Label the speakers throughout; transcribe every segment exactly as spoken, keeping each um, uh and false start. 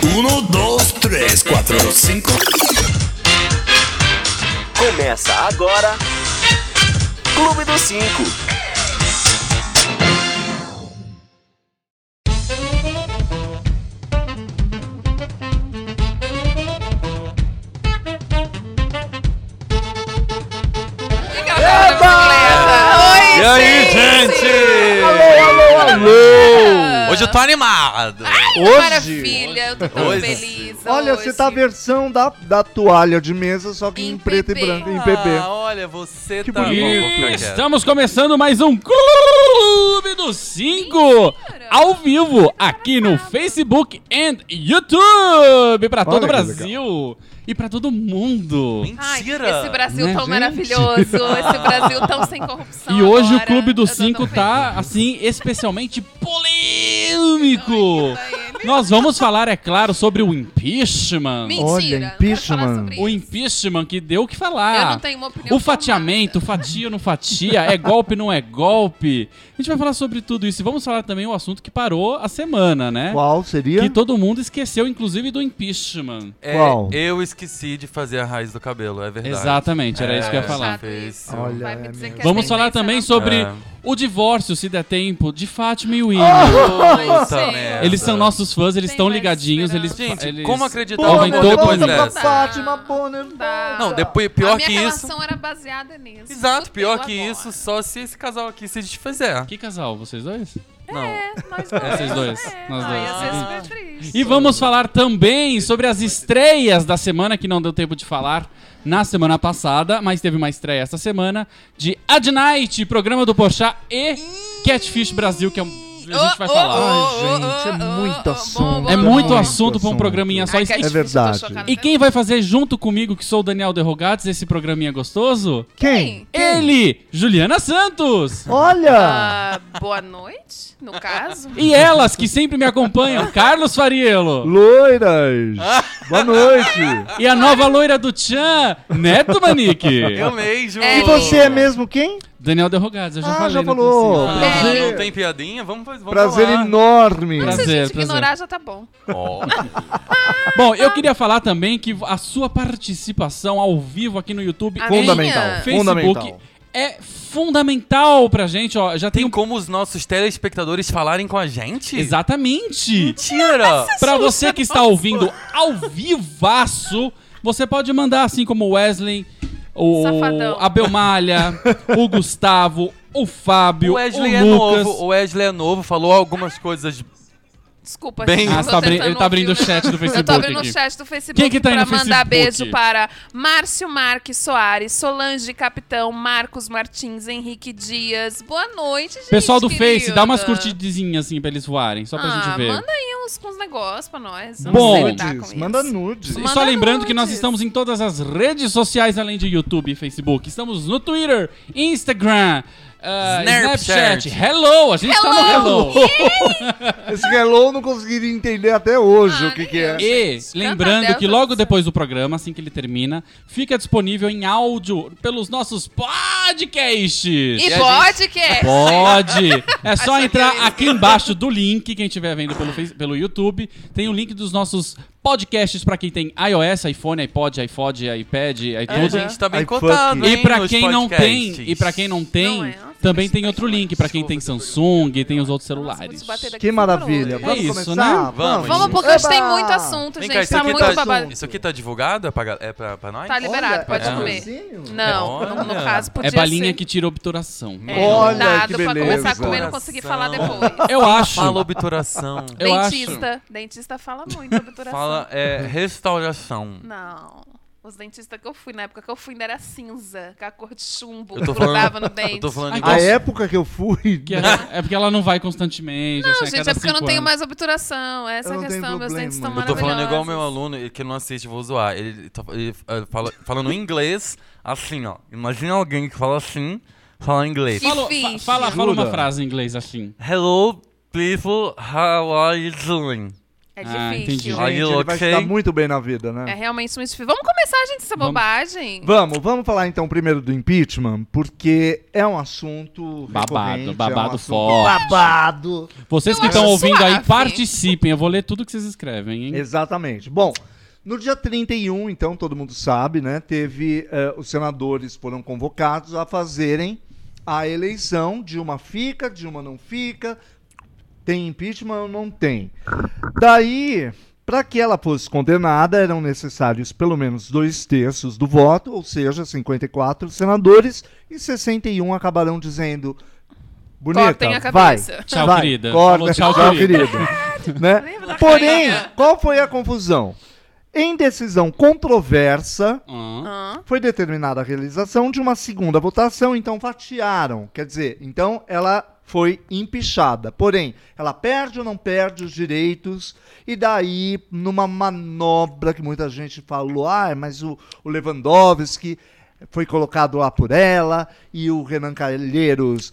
Speaker 1: Um, dois, três, quatro, cinco.
Speaker 2: Começa agora Clube dos Cinco.
Speaker 3: E aí, gente?
Speaker 4: Alô, alô, alô!
Speaker 3: Hoje eu tô animado.
Speaker 5: Ai,
Speaker 4: Hoje?
Speaker 5: maravilha, eu tô tão
Speaker 3: Hoje?
Speaker 5: feliz.
Speaker 4: Olha,
Speaker 5: hoje.
Speaker 4: você tá a versão da, da toalha de mesa, só que em,
Speaker 5: Em
Speaker 4: preto
Speaker 5: P P.
Speaker 4: e branco, em P P.
Speaker 3: Ah, olha, você
Speaker 4: Que
Speaker 3: tá...
Speaker 4: bonito.
Speaker 3: Bom, vou ficar quieto.
Speaker 6: Estamos começando mais um Clube dos Cinco ao vivo aqui no Facebook e YouTube para todo o
Speaker 4: Olha que
Speaker 6: Brasil e para todo mundo.
Speaker 5: Ai,
Speaker 3: Mentira!
Speaker 5: esse Brasil
Speaker 6: Né,
Speaker 5: tão
Speaker 6: gente?
Speaker 5: maravilhoso, esse Brasil tão sem corrupção.
Speaker 6: E hoje
Speaker 5: agora.
Speaker 6: o Clube dos
Speaker 5: Eu tô
Speaker 6: Cinco
Speaker 5: tão
Speaker 6: tá,
Speaker 5: feliz.
Speaker 6: assim, especialmente polêmico.
Speaker 5: Ai, ele.
Speaker 6: Nós vamos falar, é claro, sobre o impeachment.
Speaker 5: Mentira,
Speaker 4: Olha,
Speaker 5: não quero falar
Speaker 4: impeachment.
Speaker 5: sobre
Speaker 6: O
Speaker 5: isso.
Speaker 6: impeachment que deu o que falar.
Speaker 5: Eu não tenho uma opinião
Speaker 6: O fatiamento, fatia ou não fatia, é golpe não é golpe. A gente vai falar sobre tudo isso. E vamos falar também o assunto que parou a semana, né?
Speaker 4: Qual seria?
Speaker 6: Que todo mundo esqueceu, inclusive, do impeachment.
Speaker 3: É,
Speaker 4: Qual?
Speaker 3: eu esqueci de fazer a raiz do cabelo, é verdade.
Speaker 6: Exatamente, era isso que eu ia
Speaker 3: É,
Speaker 6: falar.
Speaker 5: Chato
Speaker 3: fez.
Speaker 5: isso.
Speaker 4: Olha,
Speaker 5: Vai me
Speaker 4: é
Speaker 5: dizer
Speaker 4: mesmo.
Speaker 5: que é
Speaker 6: Vamos
Speaker 5: sem
Speaker 6: falar
Speaker 5: pensar.
Speaker 6: também sobre
Speaker 3: É.
Speaker 6: o divórcio, se der tempo, de Fátima e William.
Speaker 5: Ai,
Speaker 3: Puta
Speaker 5: gente.
Speaker 3: merda.
Speaker 6: Eles são nossos fãs, eles
Speaker 5: Tem
Speaker 6: estão
Speaker 5: mais
Speaker 6: ligadinhos, eles,
Speaker 5: esperança.
Speaker 3: Gente,
Speaker 6: eles...
Speaker 3: como acreditar
Speaker 6: Bonner,
Speaker 3: no
Speaker 6: Bonner,
Speaker 3: amor depois
Speaker 4: volta pra
Speaker 3: dessa?
Speaker 4: Fátima, Bonner,
Speaker 5: Tá.
Speaker 3: Não, depois,
Speaker 5: A
Speaker 3: pior
Speaker 5: minha
Speaker 3: que isso...
Speaker 5: relação era baseada nisso.
Speaker 3: Exato, pior
Speaker 5: Fudeu
Speaker 3: que
Speaker 5: agora.
Speaker 3: isso, só se esse casal aqui se desfizer.
Speaker 6: Que casal, vocês dois?
Speaker 3: Não.
Speaker 5: É, nós dois.
Speaker 6: Vocês dois,
Speaker 5: É.
Speaker 6: nós
Speaker 5: Ah,
Speaker 6: dois.
Speaker 5: ia ser
Speaker 6: Ah.
Speaker 5: super triste.
Speaker 6: E vamos falar também sobre as estreias da semana, que não deu tempo de falar na semana passada, mas teve uma estreia essa semana, de Ad Night, programa do Porchat e Catfish Brasil, que é um... a gente vai
Speaker 5: Oh,
Speaker 6: falar.
Speaker 5: oh,
Speaker 4: Ai, gente, é
Speaker 5: oh,
Speaker 4: muito
Speaker 5: oh,
Speaker 4: assunto.
Speaker 5: bom, bom,
Speaker 6: É
Speaker 5: bom.
Speaker 6: muito
Speaker 4: muito
Speaker 6: assunto pra um
Speaker 4: assunto.
Speaker 6: programinha só.
Speaker 5: Ai,
Speaker 6: E-
Speaker 5: que
Speaker 4: É
Speaker 5: difícil,
Speaker 4: verdade.
Speaker 5: tô chocada
Speaker 6: E quem vai fazer junto comigo, que sou o Daniel Derrogates, esse programinha gostoso?
Speaker 4: Quem?
Speaker 6: Ele, Juliana Santos!
Speaker 4: Olha!
Speaker 5: Ah, boa noite, no caso.
Speaker 6: E elas, que sempre me acompanham, Carlos Fariello!
Speaker 4: Loiras! Boa noite!
Speaker 6: E a nova loira do Tchan, Neto Manique!
Speaker 3: Eu mesmo.
Speaker 5: É.
Speaker 4: E você é mesmo quem?
Speaker 6: Daniel Derrogates, eu já
Speaker 4: Ah,
Speaker 6: falei.
Speaker 4: já
Speaker 6: no
Speaker 4: falou.
Speaker 6: princípio.
Speaker 5: É.
Speaker 4: Prazer.
Speaker 3: Não tem piadinha? Vamos, vamos
Speaker 4: Prazer
Speaker 3: lá.
Speaker 4: enorme.
Speaker 6: Prazer.
Speaker 5: Se a gente
Speaker 6: prazer.
Speaker 5: ignorar, já tá bom.
Speaker 3: Ó.
Speaker 6: Bom, eu queria falar também que a sua participação ao vivo aqui no YouTube
Speaker 5: A
Speaker 6: e
Speaker 4: Fundamental.
Speaker 5: minha?
Speaker 6: Facebook
Speaker 4: Fundamental.
Speaker 6: é fundamental pra gente, ó. Já tem
Speaker 3: Tem
Speaker 6: um...
Speaker 3: como os nossos telespectadores falarem com a gente?
Speaker 6: Exatamente!
Speaker 3: Mentira!
Speaker 6: Pra você que está ouvindo ao vivaço, você pode mandar, assim como o Wesley, o
Speaker 5: Safadão.
Speaker 6: a Belmalha, o Gustavo, o Fábio,
Speaker 3: O Wesley
Speaker 6: o
Speaker 3: é
Speaker 6: Lucas.
Speaker 3: novo, o Wesley é novo, falou algumas coisas.
Speaker 5: Desculpa,
Speaker 3: Bem-
Speaker 5: gente,
Speaker 6: Ah,
Speaker 5: eu
Speaker 6: você
Speaker 5: tô
Speaker 6: tá abrindo-
Speaker 5: tentando
Speaker 6: ele tá abrindo o
Speaker 5: ouvir
Speaker 6: chat do Facebook
Speaker 5: Eu tô abrindo
Speaker 6: aqui.
Speaker 5: o chat do Facebook
Speaker 6: Quem que tá aí
Speaker 5: pra
Speaker 6: no
Speaker 5: mandar
Speaker 6: Facebook?
Speaker 5: beijo para Márcio Marques Soares, Solange Capitão, Marcos Martins, Henrique Dias. Boa noite, gente.
Speaker 6: Pessoal do
Speaker 5: querida.
Speaker 6: Face, dá umas curtidinhas assim pra eles voarem, só pra
Speaker 5: ah,
Speaker 6: gente ver.
Speaker 5: manda aí uns, uns negócios pra nós. Eu
Speaker 6: Bom.
Speaker 5: não sei lidar com
Speaker 4: Nudes,
Speaker 5: isso.
Speaker 4: manda nudes.
Speaker 6: E
Speaker 5: Manda
Speaker 6: só lembrando que nós
Speaker 5: nudes.
Speaker 6: estamos em todas as redes sociais, além de YouTube e Facebook. Estamos no Twitter, Instagram, ah,
Speaker 3: Snapchat.
Speaker 6: Snapchat, Hello, a gente tá no
Speaker 5: Hello.
Speaker 6: Hello.
Speaker 4: Esse hello eu não conseguiria entender até hoje
Speaker 5: Ah,
Speaker 4: o que,
Speaker 5: nem
Speaker 4: que é.
Speaker 5: eu.
Speaker 6: E
Speaker 5: Canta
Speaker 6: lembrando
Speaker 5: Delta
Speaker 6: que logo
Speaker 5: do céu.
Speaker 6: depois do programa, assim que ele termina, fica disponível em áudio pelos nossos podcasts.
Speaker 5: E
Speaker 3: a
Speaker 5: pode que é.
Speaker 6: Pode! É só
Speaker 5: Achei
Speaker 6: entrar
Speaker 5: que eu ia
Speaker 6: aqui embaixo do link, quem estiver vendo pelo, Face- pelo YouTube, tem o link dos nossos podcasts pra quem tem iOS, iPhone, iPod, iPod, iPad,
Speaker 3: É, a
Speaker 6: iTunes.
Speaker 3: gente tá bem
Speaker 4: Ai,
Speaker 3: cotado,
Speaker 4: fuck.
Speaker 6: E
Speaker 3: hein,
Speaker 6: pra
Speaker 3: nos
Speaker 6: quem não
Speaker 3: podcasts.
Speaker 6: tem, e para quem não tem,
Speaker 5: Não é?
Speaker 6: também tem outro link pra quem tem Samsung e tem os outros celulares.
Speaker 4: Que maravilha. Vamos
Speaker 6: isso,
Speaker 4: começar?
Speaker 6: né?
Speaker 3: Vamos.
Speaker 5: Vamos, porque hoje
Speaker 4: Eba!
Speaker 5: tem muito assunto,
Speaker 3: Vem
Speaker 5: gente.
Speaker 3: cá, isso
Speaker 5: Tá
Speaker 3: aqui,
Speaker 5: muito
Speaker 3: tá,
Speaker 5: babado.
Speaker 3: isso aqui tá divulgado? É pra, ga- é pra, pra nós?
Speaker 5: Tá liberado,
Speaker 4: Olha,
Speaker 5: pode
Speaker 4: é
Speaker 5: comer.
Speaker 4: patrocínio?
Speaker 5: Não, no, no
Speaker 3: Olha.
Speaker 5: caso podia
Speaker 6: É balinha
Speaker 5: ser.
Speaker 6: que tira obturação.
Speaker 5: É,
Speaker 4: Olha,
Speaker 5: dado
Speaker 4: que
Speaker 5: pra começar a
Speaker 4: beleza.
Speaker 5: comer e não conseguir falar
Speaker 3: Coração.
Speaker 5: depois.
Speaker 6: Eu acho.
Speaker 3: Fala obturação.
Speaker 6: Eu acho.
Speaker 5: Dentista. Dentista fala muito obturação.
Speaker 3: Fala é, restauração.
Speaker 5: Não. Os dentistas que eu fui, na época que eu fui, ainda era cinza, com a cor de chumbo,
Speaker 3: Eu tô
Speaker 5: grudava
Speaker 3: falando-
Speaker 5: no dente.
Speaker 3: Eu tô falando
Speaker 6: Ai,
Speaker 3: igual...
Speaker 4: A época que eu fui.
Speaker 6: Que é, é porque ela não vai constantemente.
Speaker 5: Não,
Speaker 6: assim, a
Speaker 5: gente,
Speaker 6: cada
Speaker 5: é porque eu não
Speaker 6: cinco
Speaker 5: tenho
Speaker 6: anos.
Speaker 5: mais obturação. Essa
Speaker 4: Eu
Speaker 5: é a
Speaker 4: não tenho
Speaker 5: questão. Meus
Speaker 4: problema.
Speaker 5: dentes estão
Speaker 4: Eu
Speaker 3: Eu tô
Speaker 5: maravilhosos.
Speaker 3: falando igual o meu aluno, que não assiste, vou zoar. Ele, tá- ele, eh, fala, falando inglês, assim, ó. Imagina alguém que fala assim, fala inglês.
Speaker 5: Que
Speaker 6: Fala, fa-
Speaker 5: ficha.
Speaker 6: fala, fala uma
Speaker 4: Jura?
Speaker 6: frase em inglês assim.
Speaker 3: Hello, people, how are you doing?
Speaker 5: É
Speaker 6: Ah,
Speaker 5: difícil.
Speaker 6: entendi.
Speaker 3: Are
Speaker 4: Gente,
Speaker 3: you
Speaker 4: ele vai
Speaker 3: okay?
Speaker 4: se dar muito bem na vida, né?
Speaker 5: É realmente muito difícil. Vamos começar, gente, essa
Speaker 6: Vamos.
Speaker 5: bobagem?
Speaker 4: Vamos, vamos falar então primeiro do impeachment, porque é um assunto
Speaker 6: Babado,
Speaker 4: recorrente,
Speaker 6: babado
Speaker 4: é um assunto
Speaker 6: forte.
Speaker 4: babado.
Speaker 6: Vocês
Speaker 5: Eu
Speaker 6: que estão
Speaker 5: acho
Speaker 6: ouvindo aí,
Speaker 5: suave.
Speaker 6: participem. Eu vou ler tudo que vocês escrevem, hein?
Speaker 4: Exatamente. Bom, no dia trinta e um, então, todo mundo sabe, né? Teve, eh, os senadores foram convocados a fazerem a eleição. Dilma fica, Dilma não fica, tem impeachment ou não tem. Daí, para que ela fosse condenada, eram necessários pelo menos dois terços do voto, ou seja, cinquenta e quatro senadores, e sessenta e um acabaram dizendo: bonita,
Speaker 5: Cortem a
Speaker 4: vai,
Speaker 5: cabeça.
Speaker 6: Tchau,
Speaker 4: vai,
Speaker 6: querida.
Speaker 4: corta,
Speaker 6: Falou tchau,
Speaker 4: tchau,
Speaker 6: querida.
Speaker 4: querida. Né?
Speaker 5: Lembra da
Speaker 4: Porém,
Speaker 5: carinha?
Speaker 4: qual foi a confusão? Em decisão controversa,
Speaker 6: Ah,
Speaker 5: Hã?
Speaker 4: foi determinada a realização de uma segunda votação, então fatiaram. Quer dizer, então ela foi empichada. Porém, ela perde ou não perde os direitos? E daí, numa manobra que muita gente falou, ah, mas o, o Lewandowski foi colocado lá por ela, e o Renan Calheiros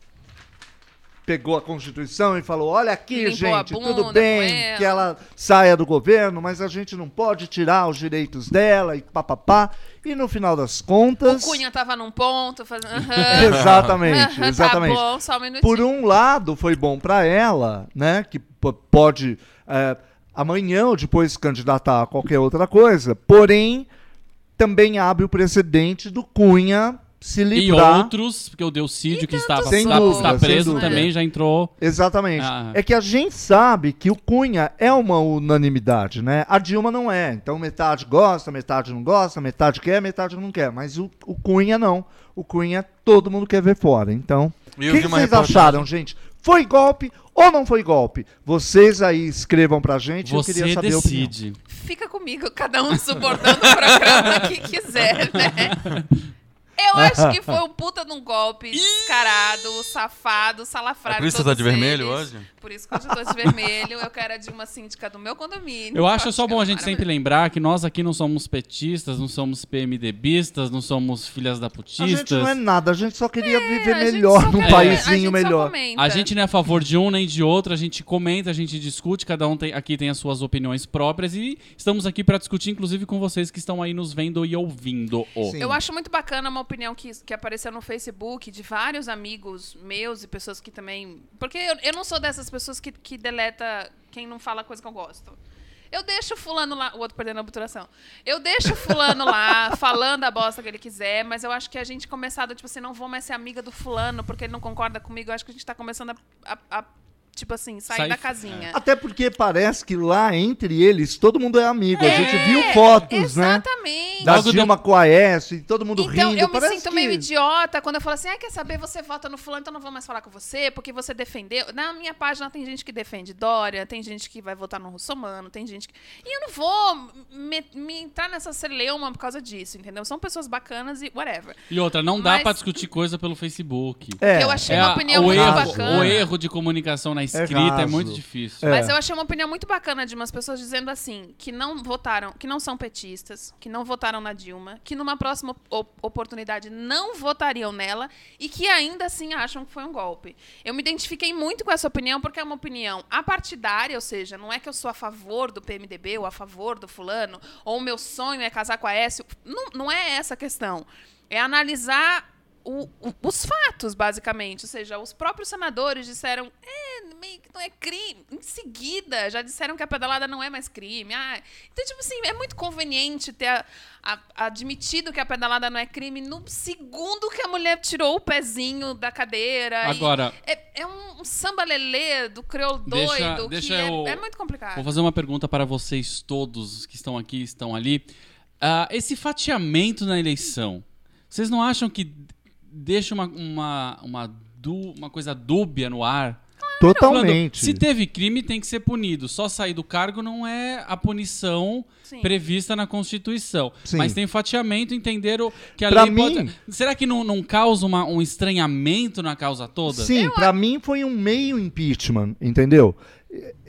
Speaker 4: pegou a Constituição e falou, olha aqui,
Speaker 5: Limpou a
Speaker 4: gente,
Speaker 5: bunda
Speaker 4: tudo
Speaker 5: com
Speaker 4: bem
Speaker 5: ela.
Speaker 4: que ela saia do governo, mas a gente não pode tirar os direitos dela e papapá. E no final das contas...
Speaker 5: O Cunha tava num ponto, fazendo... Aham.
Speaker 4: Exatamente, exatamente.
Speaker 5: Tá bom, só um minutinho.
Speaker 4: Por um lado, foi bom para ela, né, que p- pode é, amanhã ou depois se candidatar a qualquer outra coisa, porém, também abre o precedente do Cunha se
Speaker 6: e
Speaker 4: livrar.
Speaker 6: outros, porque o Delcídio, que estava
Speaker 4: Sem
Speaker 6: está,
Speaker 4: dúvida,
Speaker 6: está
Speaker 4: sem
Speaker 6: preso,
Speaker 4: dúvida.
Speaker 6: também já entrou.
Speaker 4: Exatamente.
Speaker 6: Ah.
Speaker 4: É que a gente sabe que o Cunha é uma unanimidade, né? A Dilma não é. Então metade gosta, metade não gosta, metade quer, metade não quer. Mas o, o Cunha não. O Cunha todo mundo quer ver fora. Então, o
Speaker 3: Eu
Speaker 4: que,
Speaker 3: vi
Speaker 4: que
Speaker 3: uma
Speaker 4: vocês
Speaker 3: reportagem-
Speaker 4: acharam, gente? Foi golpe ou não foi golpe? Vocês aí escrevam pra gente. Eu queria
Speaker 6: Você
Speaker 4: saber a opinião.
Speaker 6: decide.
Speaker 5: Fica comigo, cada um suportando o programa que quiser, né? Eu acho que foi um puta de um golpe descarado, safado, salafrário.
Speaker 3: É por isso que você tá de
Speaker 5: todos
Speaker 3: vermelho
Speaker 5: eles.
Speaker 3: hoje?
Speaker 5: Por isso que hoje eu tô de vermelho. Eu quero a Dilma síndica do meu condomínio.
Speaker 6: Eu acho só
Speaker 5: que
Speaker 6: bom
Speaker 5: é
Speaker 6: a gente sempre
Speaker 5: maravilhoso.
Speaker 6: lembrar que nós aqui não somos petistas, não somos PMDBistas, não somos filhas da
Speaker 4: A gente
Speaker 6: putistas.
Speaker 4: não é nada, a gente só queria viver
Speaker 5: A gente
Speaker 4: melhor
Speaker 5: só
Speaker 4: num
Speaker 5: quer- a
Speaker 4: paísinho
Speaker 5: gente
Speaker 4: melhor.
Speaker 5: Só comenta.
Speaker 6: A gente não é a favor de um nem de outro, a gente comenta, a gente discute, cada um tem, aqui tem as suas opiniões próprias e estamos aqui para discutir, inclusive com vocês que estão aí nos vendo e ouvindo.
Speaker 4: Sim.
Speaker 5: Eu acho muito bacana uma opinião que, que apareceu no Facebook de vários amigos meus e pessoas que também... Porque eu, eu não sou dessas pessoas que, que deleta quem não fala coisa que eu gosto. Eu deixo o fulano lá... O outro perdendo a obturação. Eu deixo o fulano lá, falando a bosta que ele quiser, mas eu acho que a gente começado, tipo assim, não vou mais ser amiga do fulano porque ele não concorda comigo. Eu acho que a gente tá começando a... a- a, tipo assim, sair
Speaker 6: Sai-
Speaker 5: da casinha.
Speaker 4: Até porque parece que lá entre eles todo mundo é amigo. A
Speaker 5: É,
Speaker 4: gente viu fotos, né?
Speaker 5: Exatamente.
Speaker 4: Da
Speaker 6: Logo
Speaker 4: Dilma com a Aécio e todo mundo
Speaker 5: Então,
Speaker 4: rindo.
Speaker 5: eu me
Speaker 4: Parece
Speaker 5: sinto
Speaker 4: que...
Speaker 5: meio idiota quando eu falo assim, ah, quer saber, você vota no fulano, então não vou mais falar com você, porque você defendeu. Na minha página tem gente que defende Dória, tem gente que vai votar no Russomano, tem gente que... E eu não vou me, me entrar nessa celeuma por causa disso, entendeu? São pessoas bacanas e whatever.
Speaker 6: E outra, não dá
Speaker 5: Mas-
Speaker 6: pra discutir coisa pelo Facebook.
Speaker 4: É,
Speaker 5: eu achei
Speaker 6: É
Speaker 5: uma
Speaker 6: a-
Speaker 5: opinião
Speaker 6: o,
Speaker 5: muito
Speaker 6: erro,
Speaker 5: bacana.
Speaker 6: o erro de comunicação na escrita é,
Speaker 4: raso.
Speaker 6: muito difícil.
Speaker 4: É.
Speaker 5: Mas eu achei uma opinião muito bacana de umas pessoas dizendo assim, que não votaram, que não são petistas, que não votaram na Dilma, que numa próxima op- oportunidade não votariam nela e que ainda assim acham que foi um golpe. Eu me identifiquei muito com essa opinião porque é uma opinião apartidária, ou seja, não é que eu sou a favor do P M D B ou a favor do fulano, ou o meu sonho é casar com a Aécio. Não, não é essa a questão. É analisar o- o- os fatos, basicamente. Ou seja, os próprios senadores disseram, é, meio que não é crime. Em seguida, já disseram que a pedalada não é mais crime. Ah, então, tipo assim, é muito conveniente ter a- a- admitido que a pedalada não é crime no segundo que a mulher tirou o pezinho da cadeira. e
Speaker 6: Agora-
Speaker 5: É, é um, um samba-lelê do crioulo
Speaker 6: Deixa-
Speaker 5: doido
Speaker 6: deixa
Speaker 5: que é,
Speaker 6: eu-
Speaker 5: é muito complicado.
Speaker 6: Vou fazer uma pergunta para vocês todos que estão aqui, estão ali. Ah, esse fatiamento na eleição, vocês não acham que deixa uma, uma, uma, du- uma coisa dúbia no ar? Falando,
Speaker 4: Totalmente.
Speaker 6: se teve crime, tem que ser punido. Só sair do cargo não é a punição
Speaker 5: Sim.
Speaker 6: prevista na Constituição.
Speaker 4: Sim.
Speaker 6: Mas tem fatiamento, entenderam que a
Speaker 4: Pra
Speaker 6: lei
Speaker 4: mim-
Speaker 6: pode... Será que não, não causa uma- um estranhamento na causa toda?
Speaker 4: Sim, pra mim foi um meio impeachment, entendeu?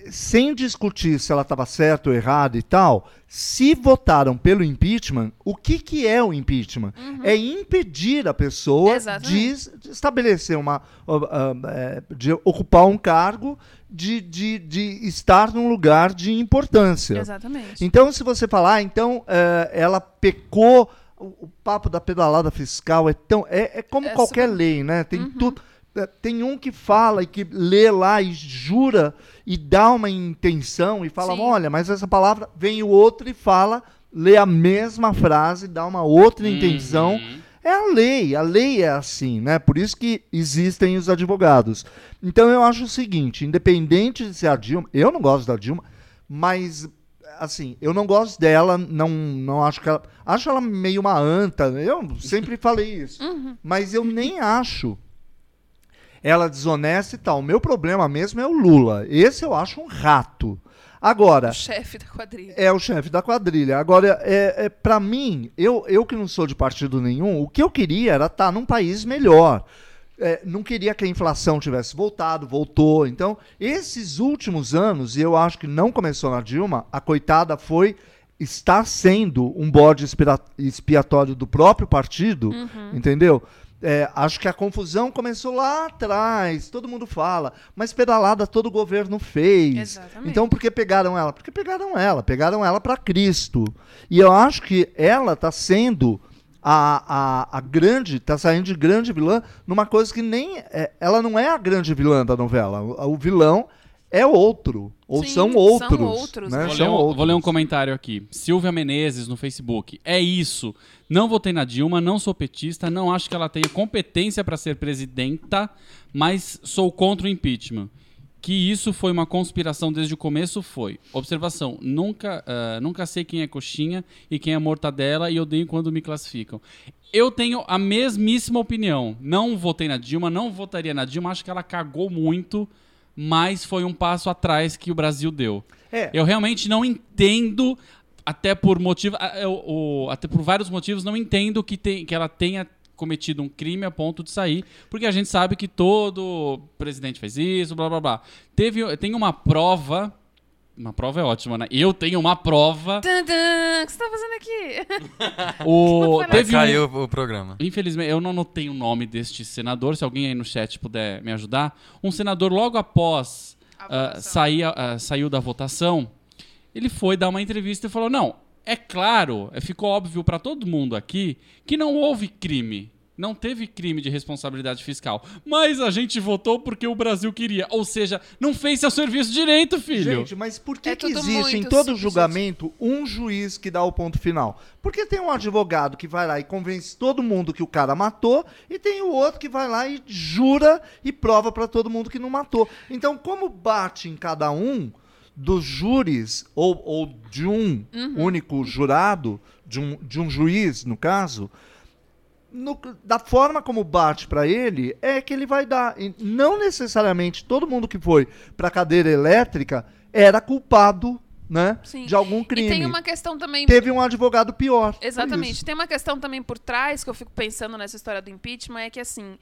Speaker 4: sem discutir se ela estava certa ou errada e tal, se votaram pelo impeachment, o que, que é o impeachment? Uhum. É impedir a pessoa de, de estabelecer uma... Uh, uh, de ocupar um cargo, de, de, de estar num lugar de importância.
Speaker 5: Exatamente.
Speaker 4: Então, se você falar, ah, então uh, ela pecou, o, o papo da pedalada fiscal é tão... É, é como é qualquer super... lei, né? Tem uhum. tudo... Tem um que fala e que lê lá e jura e dá uma intenção e fala, Sim. olha, mas essa palavra, vem o outro e fala, lê a mesma frase, dá uma outra uhum. intenção. É a lei, a lei é assim, né? Por isso que existem os advogados. Então eu acho o seguinte, independente de ser a Dilma, eu não gosto da Dilma, mas assim, eu não gosto dela, não, não acho que ela... Acho ela meio uma anta, eu sempre falei isso. Uhum. Mas eu nem acho ela desonesta e tal. O meu problema mesmo é o Lula. Esse eu acho um rato. Agora...
Speaker 5: O chefe da quadrilha.
Speaker 4: É o chefe da quadrilha. Agora, é, é, pra mim, eu, eu que não sou de partido nenhum, o que eu queria era estar num país melhor. É, não queria que a inflação tivesse voltado, voltou. Então, esses últimos anos, e eu acho que não começou na Dilma, a coitada foi... Está sendo um bode expiatório do próprio partido, uhum. entendeu? É, acho que a confusão começou lá atrás, todo mundo fala, mas pedalada todo o governo fez.
Speaker 5: Exatamente.
Speaker 4: Então por que pegaram ela? Porque pegaram ela, pegaram ela para Cristo. E eu acho que ela está sendo a, a, a grande, está saindo de grande vilã numa coisa que nem, é, ela não é a grande vilã da novela, o, o vilão é outro, ou
Speaker 5: Sim,
Speaker 4: são outros.
Speaker 5: São outros.
Speaker 4: Né?
Speaker 6: Vou,
Speaker 4: são
Speaker 6: ler um,
Speaker 4: outros.
Speaker 6: vou ler um comentário aqui. Silvia Menezes no Facebook. É isso. Não votei na Dilma, não sou petista, não acho que ela tenha competência para ser presidenta, mas sou contra o impeachment. Que isso foi uma conspiração desde o começo, foi. Observação, nunca, uh, nunca sei quem é coxinha e quem é mortadela e odeio quando me classificam. Eu tenho a mesmíssima opinião. Não votei na Dilma, não votaria na Dilma, acho que ela cagou muito, mas foi um passo atrás que o Brasil deu. É. Eu realmente não entendo, até por motivo, até por vários motivos, não entendo que, tem, que ela tenha cometido um crime a ponto de sair, porque a gente sabe que todo presidente fez isso, blá blá blá. Teve, tem uma prova, uma prova é ótima, né? Eu tenho uma prova...
Speaker 5: Tum, tum, o que você tá fazendo aqui?
Speaker 6: O, teve
Speaker 3: Caiu
Speaker 6: um,
Speaker 3: o programa.
Speaker 6: Infelizmente, eu não anotei o nome deste senador, se alguém aí no chat puder me ajudar. Um senador, logo após uh, sair, uh, saiu da votação, ele foi dar uma entrevista e falou, não, é claro, ficou óbvio para todo mundo aqui que não houve crime. Não teve crime de responsabilidade fiscal. Mas a gente votou porque o Brasil queria. Ou seja, não fez seu serviço direito, filho.
Speaker 4: Gente, mas por que,
Speaker 5: é
Speaker 4: que existe em todo julgamento um juiz que dá o ponto final? Porque tem um advogado que vai lá e convence todo mundo que o cara matou, e tem o outro que vai lá e jura e prova para todo mundo que não matou. Então, como bate em cada um dos júris, ou, ou de um uhum. único jurado, de um, de um juiz, no caso... No, da forma como bate para ele, é que ele vai dar. E não necessariamente todo mundo que foi para a cadeira elétrica era culpado, né,
Speaker 5: Sim.
Speaker 4: de algum crime.
Speaker 5: E tem uma questão também...
Speaker 4: Teve um advogado pior.
Speaker 5: Exatamente. Tem uma questão também por trás, que eu fico pensando nessa história do impeachment, é que, assim,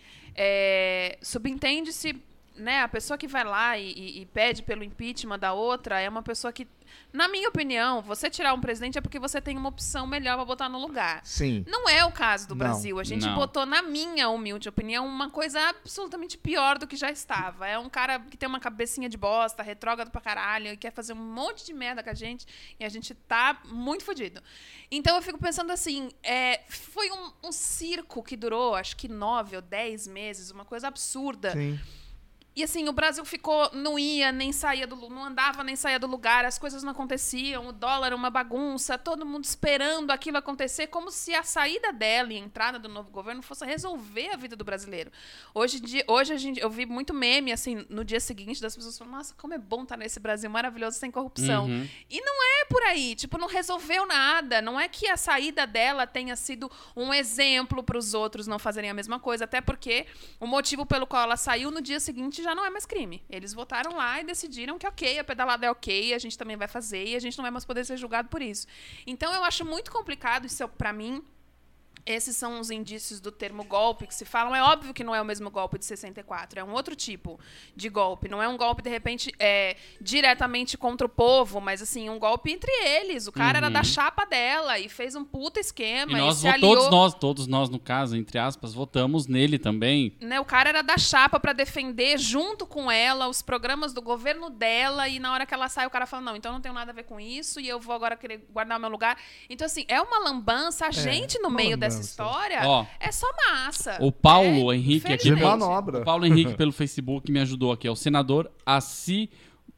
Speaker 5: é, subentende-se, né, a pessoa que vai lá e, e, e pede pelo impeachment da outra é uma pessoa que, na minha opinião, você tirar um presidente é porque você tem uma opção melhor para botar no lugar.
Speaker 4: Sim.
Speaker 5: Não é o caso do
Speaker 4: Não.
Speaker 5: Brasil. A gente
Speaker 6: Não.
Speaker 5: botou, na minha humilde opinião, uma coisa absolutamente pior do que já estava. É um cara que tem uma cabecinha de bosta, retrógrado pra caralho, e quer fazer um monte de merda com a gente, e a gente tá muito fodido. Então eu fico pensando assim, é, foi um, um circo que durou, acho que nove ou dez meses, uma coisa absurda.
Speaker 4: Sim.
Speaker 5: E assim, o Brasil ficou, não ia, nem saía do, não andava, nem saía do lugar, as coisas não aconteciam, o dólar era uma bagunça, todo mundo esperando aquilo acontecer, como se a saída dela e a entrada do novo governo fosse resolver a vida do brasileiro. Hoje, hoje a gente, eu vi muito meme, assim, no dia seguinte, das pessoas falando, nossa, como é bom estar nesse Brasil maravilhoso, sem corrupção.
Speaker 6: Uhum.
Speaker 5: E não é por aí, tipo, não resolveu nada, não é que a saída dela tenha sido um exemplo para os outros não fazerem a mesma coisa, até porque o motivo pelo qual ela saiu no dia seguinte já não é mais crime. Eles votaram lá e decidiram que ok, a pedalada é ok, a gente também vai fazer e a gente não vai mais poder ser julgado por isso. Então eu acho muito complicado isso pra mim, Esses são os indícios do termo golpe que se falam. É óbvio que não é o mesmo golpe de sessenta e quatro, é um outro tipo de golpe. Não é um golpe, de repente, é, diretamente contra o povo, mas assim, um golpe entre eles. O cara
Speaker 6: Uhum.
Speaker 5: era da chapa dela e fez um puta esquema.
Speaker 6: E nós,
Speaker 5: se
Speaker 6: vo-
Speaker 5: aliou,
Speaker 6: todos nós, todos nós, no caso, entre aspas, votamos nele também.
Speaker 5: né, o cara era da chapa pra defender, junto com ela, os programas do governo dela, e na hora que ela sai, o cara fala, não, então não tenho nada a ver com isso, e eu vou agora querer guardar o meu lugar. Então, assim, é uma lambança. A gente, no
Speaker 4: uma
Speaker 5: meio
Speaker 4: lambança.
Speaker 5: dessa história,
Speaker 6: Ó,
Speaker 5: é só massa.
Speaker 6: O Paulo
Speaker 5: É,
Speaker 6: Henrique aqui.
Speaker 4: De
Speaker 5: infelizmente.
Speaker 4: manobra.
Speaker 6: O Paulo Henrique pelo Facebook me ajudou aqui. É o senador Assi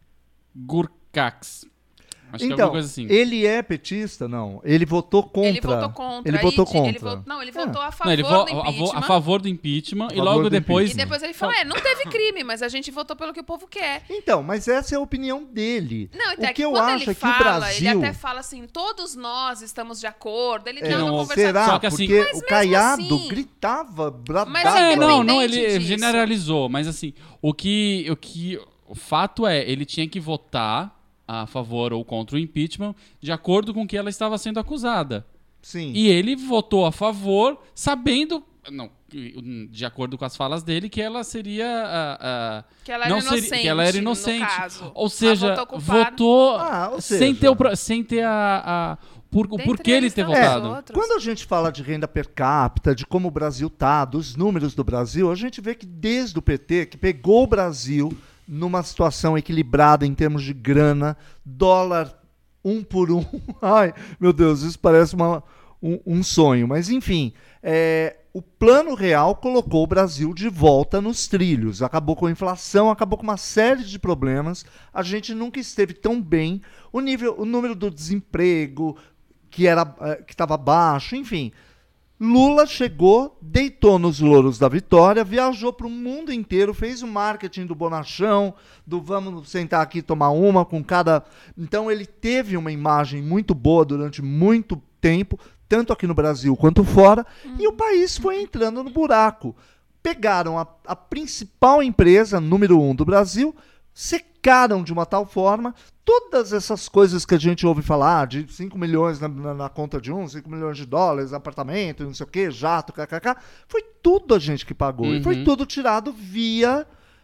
Speaker 6: Gurkax. Acho que é
Speaker 4: Então,
Speaker 6: alguma coisa assim.
Speaker 4: ele é petista? Não. Ele votou contra.
Speaker 5: Ele votou contra.
Speaker 4: Ele
Speaker 5: Aí
Speaker 4: votou
Speaker 5: de-
Speaker 4: contra.
Speaker 5: Ele vo- não, ele
Speaker 4: É.
Speaker 5: votou a favor
Speaker 6: Não, ele vo-
Speaker 5: do
Speaker 6: a, vo-
Speaker 5: impeachment.
Speaker 6: a favor do impeachment e
Speaker 4: favor
Speaker 6: logo
Speaker 4: do
Speaker 6: depois.
Speaker 5: E depois ele falou, é, não teve crime, mas a gente votou pelo que o povo quer.
Speaker 4: Então, mas essa é a opinião dele.
Speaker 5: Não, até
Speaker 4: o que eu
Speaker 5: quando
Speaker 4: acho
Speaker 5: ele
Speaker 4: é que
Speaker 5: fala,
Speaker 4: o Brasil...
Speaker 5: ele até fala assim, todos nós estamos de acordo. Ele
Speaker 4: É,
Speaker 5: deu
Speaker 6: não,
Speaker 5: uma conversa.
Speaker 4: será?
Speaker 6: Só que assim-
Speaker 4: Porque
Speaker 5: Mas
Speaker 4: o
Speaker 5: mesmo
Speaker 4: Caiado
Speaker 5: assim-
Speaker 4: gritava, bradava.
Speaker 5: Mas
Speaker 6: É, não, não, ele
Speaker 5: independente disso.
Speaker 6: generalizou, mas assim, o que, o que o fato é, ele tinha que votar a favor ou contra o impeachment de acordo com o que ela estava sendo acusada.
Speaker 4: Sim.
Speaker 6: E ele votou a favor, sabendo, não, de acordo com as falas dele, que ela seria a, a-
Speaker 5: Que ela era
Speaker 6: não seria-
Speaker 5: inocente,
Speaker 6: que ela era
Speaker 5: no
Speaker 6: inocente.
Speaker 5: caso.
Speaker 6: Ou seja,
Speaker 5: Ela votou culpada.
Speaker 6: votou
Speaker 4: Ah, ou
Speaker 6: sem
Speaker 4: seja-
Speaker 6: ter o pro- sem ter a, a por, o
Speaker 5: Dentre
Speaker 6: porquê ele
Speaker 5: eles
Speaker 6: ter
Speaker 5: também,
Speaker 6: votado.
Speaker 5: os outros.
Speaker 4: Quando a gente fala de renda per capita, de como o Brasil tá, dos números do Brasil, a gente vê que desde o P T, que pegou o Brasil numa situação equilibrada em termos de grana, dólar um por um. Ai, meu Deus, isso parece uma, um, um sonho. Mas, enfim, é, o plano real colocou o Brasil de volta nos trilhos. Acabou com a inflação, acabou com uma série de problemas. A gente nunca esteve tão bem. O, nível, o número do desemprego, que era eh, que estava baixo, enfim. Lula chegou, deitou nos louros da vitória, viajou para o mundo inteiro, fez o marketing do bonachão, do vamos sentar aqui e tomar uma com cada... Então ele teve uma imagem muito boa durante muito tempo, tanto aqui no Brasil quanto fora, e o país foi entrando no buraco. Pegaram a, a principal empresa, número um do Brasil, secaram de uma tal forma todas essas coisas que a gente ouve falar, de cinco milhões na, na, na conta de um, cinco milhões de dólares, apartamento, não sei o quê, jato, kkk, foi tudo a gente que pagou. E foi
Speaker 6: Uhum.
Speaker 4: tudo tirado via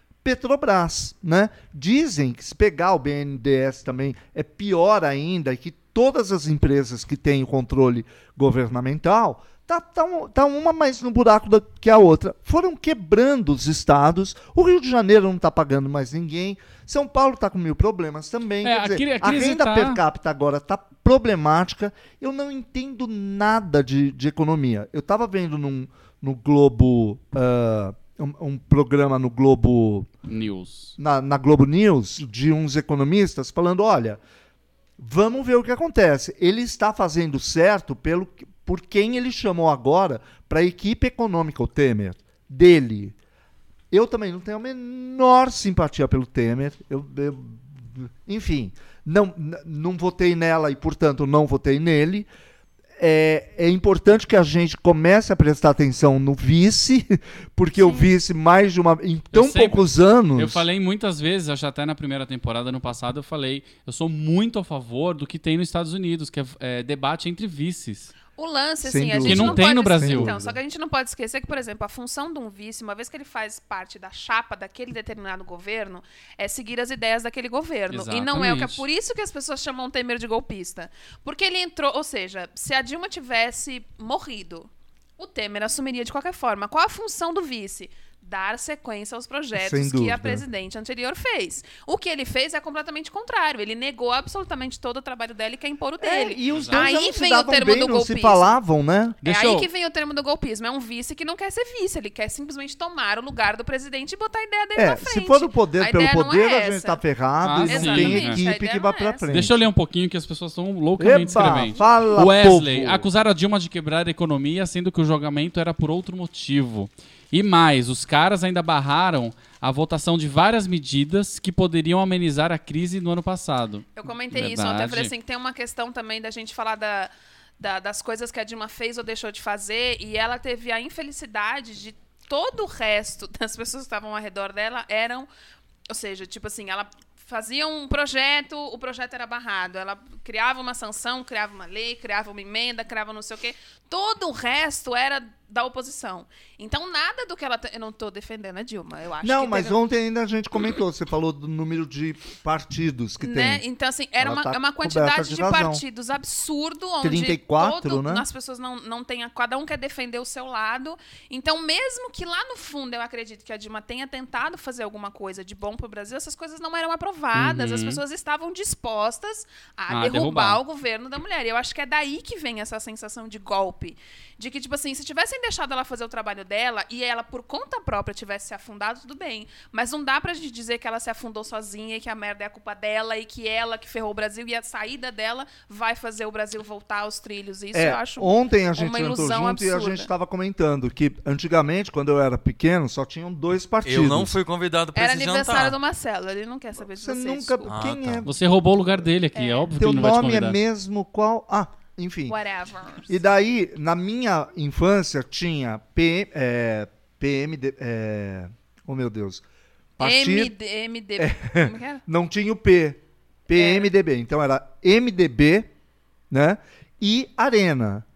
Speaker 4: Petrobras, né? Dizem que se pegar o B N D E S também é pior ainda, e que todas as empresas que têm o controle governamental tá, tá, um- tá uma mais no buraco da, que a outra. Foram quebrando os estados. O Rio de Janeiro não está pagando mais ninguém. São Paulo está com mil problemas também.
Speaker 6: É,
Speaker 4: Quer dizer,
Speaker 6: a cri- a
Speaker 4: a
Speaker 6: crise
Speaker 4: renda
Speaker 6: tá-
Speaker 4: per capita agora está problemática. Eu não entendo nada de, de economia. Eu estava vendo num, no Globo, ah, um, um programa no Globo,
Speaker 6: News.
Speaker 4: na, na Globo News, de uns economistas falando, olha, vamos ver o que acontece. Ele está fazendo certo pelo, que- por quem ele chamou agora para a equipe econômica, o Temer, dele. Eu também não tenho a menor simpatia pelo Temer. Eu, eu- enfim, não, n- não votei nela e, portanto, não votei nele. É, é importante que a gente comece a prestar atenção no vice, porque o vice, mais de uma. Em tão
Speaker 6: sempre-
Speaker 4: poucos anos.
Speaker 6: Eu falei muitas vezes, acho até na primeira temporada, no passado, eu falei, eu sou muito a favor do que tem nos Estados Unidos, que é, é debate entre vices.
Speaker 5: O lance,
Speaker 4: Sem
Speaker 5: assim, a
Speaker 4: dúvida.
Speaker 5: gente
Speaker 6: Que não tem
Speaker 5: pode
Speaker 6: no
Speaker 5: esque-
Speaker 6: Brasil.
Speaker 5: Então, só que a gente não pode esquecer que, por exemplo, a função de um vice, uma vez que ele faz parte da chapa daquele determinado governo, é seguir as ideias daquele governo. E não é o que é
Speaker 6: Exatamente.
Speaker 5: por isso que as pessoas chamam o Temer de golpista. Porque ele entrou, ou seja, se a Dilma tivesse morrido, o Temer assumiria de qualquer forma. Qual a função do vice? Dar sequência aos
Speaker 4: Sem
Speaker 5: projetos que
Speaker 4: dúvida.
Speaker 5: a presidente anterior fez. O que ele fez é completamente contrário. Ele negou absolutamente todo o trabalho dela e quer impor o
Speaker 4: É,
Speaker 5: dele.
Speaker 4: e os dois já
Speaker 5: Aí
Speaker 4: não se
Speaker 5: vem o
Speaker 4: davam
Speaker 5: termo
Speaker 4: bem,
Speaker 5: do
Speaker 4: não se
Speaker 5: golpismo.
Speaker 4: falavam, né?
Speaker 6: Deixa
Speaker 5: é aí
Speaker 6: eu-
Speaker 5: que vem o termo do golpismo. É um vice que não quer ser vice. Ele quer simplesmente tomar o lugar do presidente e botar a ideia dele
Speaker 4: É,
Speaker 5: na frente.
Speaker 4: se for o poder
Speaker 5: A
Speaker 4: pelo
Speaker 5: ideia não
Speaker 4: poder,
Speaker 5: é
Speaker 4: a gente
Speaker 5: essa.
Speaker 4: tá ferrado
Speaker 6: Ah,
Speaker 4: e não
Speaker 6: sim.
Speaker 4: tem
Speaker 5: Exatamente, a
Speaker 4: equipe
Speaker 5: ideia
Speaker 4: que
Speaker 5: não
Speaker 4: vá
Speaker 5: é
Speaker 4: pra
Speaker 5: essa.
Speaker 4: frente.
Speaker 6: Deixa eu ler um pouquinho que as pessoas estão loucamente
Speaker 4: Eba,
Speaker 6: escrevendo.
Speaker 4: fala,
Speaker 6: Wesley,
Speaker 4: povo.
Speaker 6: acusaram a Dilma de quebrar a economia, sendo que o julgamento era por outro motivo. E mais, os caras ainda barraram a votação de várias medidas que poderiam amenizar a crise no ano passado.
Speaker 5: Eu comentei isso
Speaker 6: Verdade.
Speaker 5: ontem. Eu falei assim, que tem uma questão também da gente falar da, da- das coisas que a Dilma fez ou deixou de fazer. E ela teve a infelicidade de todo o resto das pessoas que estavam ao redor dela eram... Ou seja, tipo assim, ela fazia um projeto, o projeto era barrado. Ela criava uma sanção, criava uma lei, criava uma emenda, criava não sei o quê. Todo o resto era da oposição. Então, nada do que ela... T... Eu não estou defendendo a Dilma, eu acho
Speaker 4: Não,
Speaker 5: que
Speaker 4: mas
Speaker 5: teve...
Speaker 4: ontem ainda a gente comentou, você falou do número de partidos que
Speaker 5: Né?
Speaker 4: tem.
Speaker 5: Então, assim, era
Speaker 4: Ela
Speaker 5: uma,
Speaker 4: tá
Speaker 5: é uma
Speaker 4: coberta
Speaker 5: quantidade
Speaker 4: de
Speaker 5: de,
Speaker 4: razão.
Speaker 5: partidos absurdo, onde
Speaker 4: trinta e quatro,
Speaker 5: todo,
Speaker 4: né?
Speaker 5: as pessoas não, não têm... A, cada um quer defender o seu lado. Então, mesmo que lá no fundo eu acredito que a Dilma tenha tentado fazer alguma coisa de bom para o Brasil, essas coisas não eram aprovadas.
Speaker 6: Uhum.
Speaker 5: As pessoas estavam dispostas a
Speaker 6: Ah,
Speaker 5: derrubar,
Speaker 6: derrubar.
Speaker 5: o governo da mulher. E eu acho que é daí que vem essa sensação de golpe. De que, tipo assim, se tivessem deixado ela fazer o trabalho dela e ela, por conta própria, tivesse se afundado, tudo bem. Mas não dá pra gente dizer que ela se afundou sozinha e que a merda é a culpa dela e que ela que ferrou o Brasil e a saída dela vai fazer o Brasil voltar aos trilhos. Isso
Speaker 4: É,
Speaker 5: eu acho
Speaker 4: ontem a gente
Speaker 5: uma
Speaker 4: entrou
Speaker 5: ilusão
Speaker 4: junto e a
Speaker 5: absurda.
Speaker 4: gente estava comentando que antigamente, quando eu era pequeno, só tinham dois partidos.
Speaker 3: Eu não fui convidado pra
Speaker 5: Era
Speaker 3: esse
Speaker 5: aniversário
Speaker 3: jantar.
Speaker 5: do Marcelo, ele não quer saber de
Speaker 4: Você
Speaker 5: você.
Speaker 4: nunca...
Speaker 5: desculpa.
Speaker 3: Ah,
Speaker 4: Quem
Speaker 3: tá.
Speaker 4: é?
Speaker 6: Você roubou o lugar dele aqui, é óbvio
Speaker 4: Teu
Speaker 6: que ele não vai te
Speaker 4: nome é
Speaker 6: convidar.
Speaker 4: mesmo qual... Ah, enfim.
Speaker 5: Whatever.
Speaker 4: E daí, na minha infância, tinha P, é, P M D... É, oh, meu Deus. Partido...
Speaker 5: M D, M D B. Como que era?
Speaker 4: Não tinha o P. P M D B. Então era M D B, né? E Arena.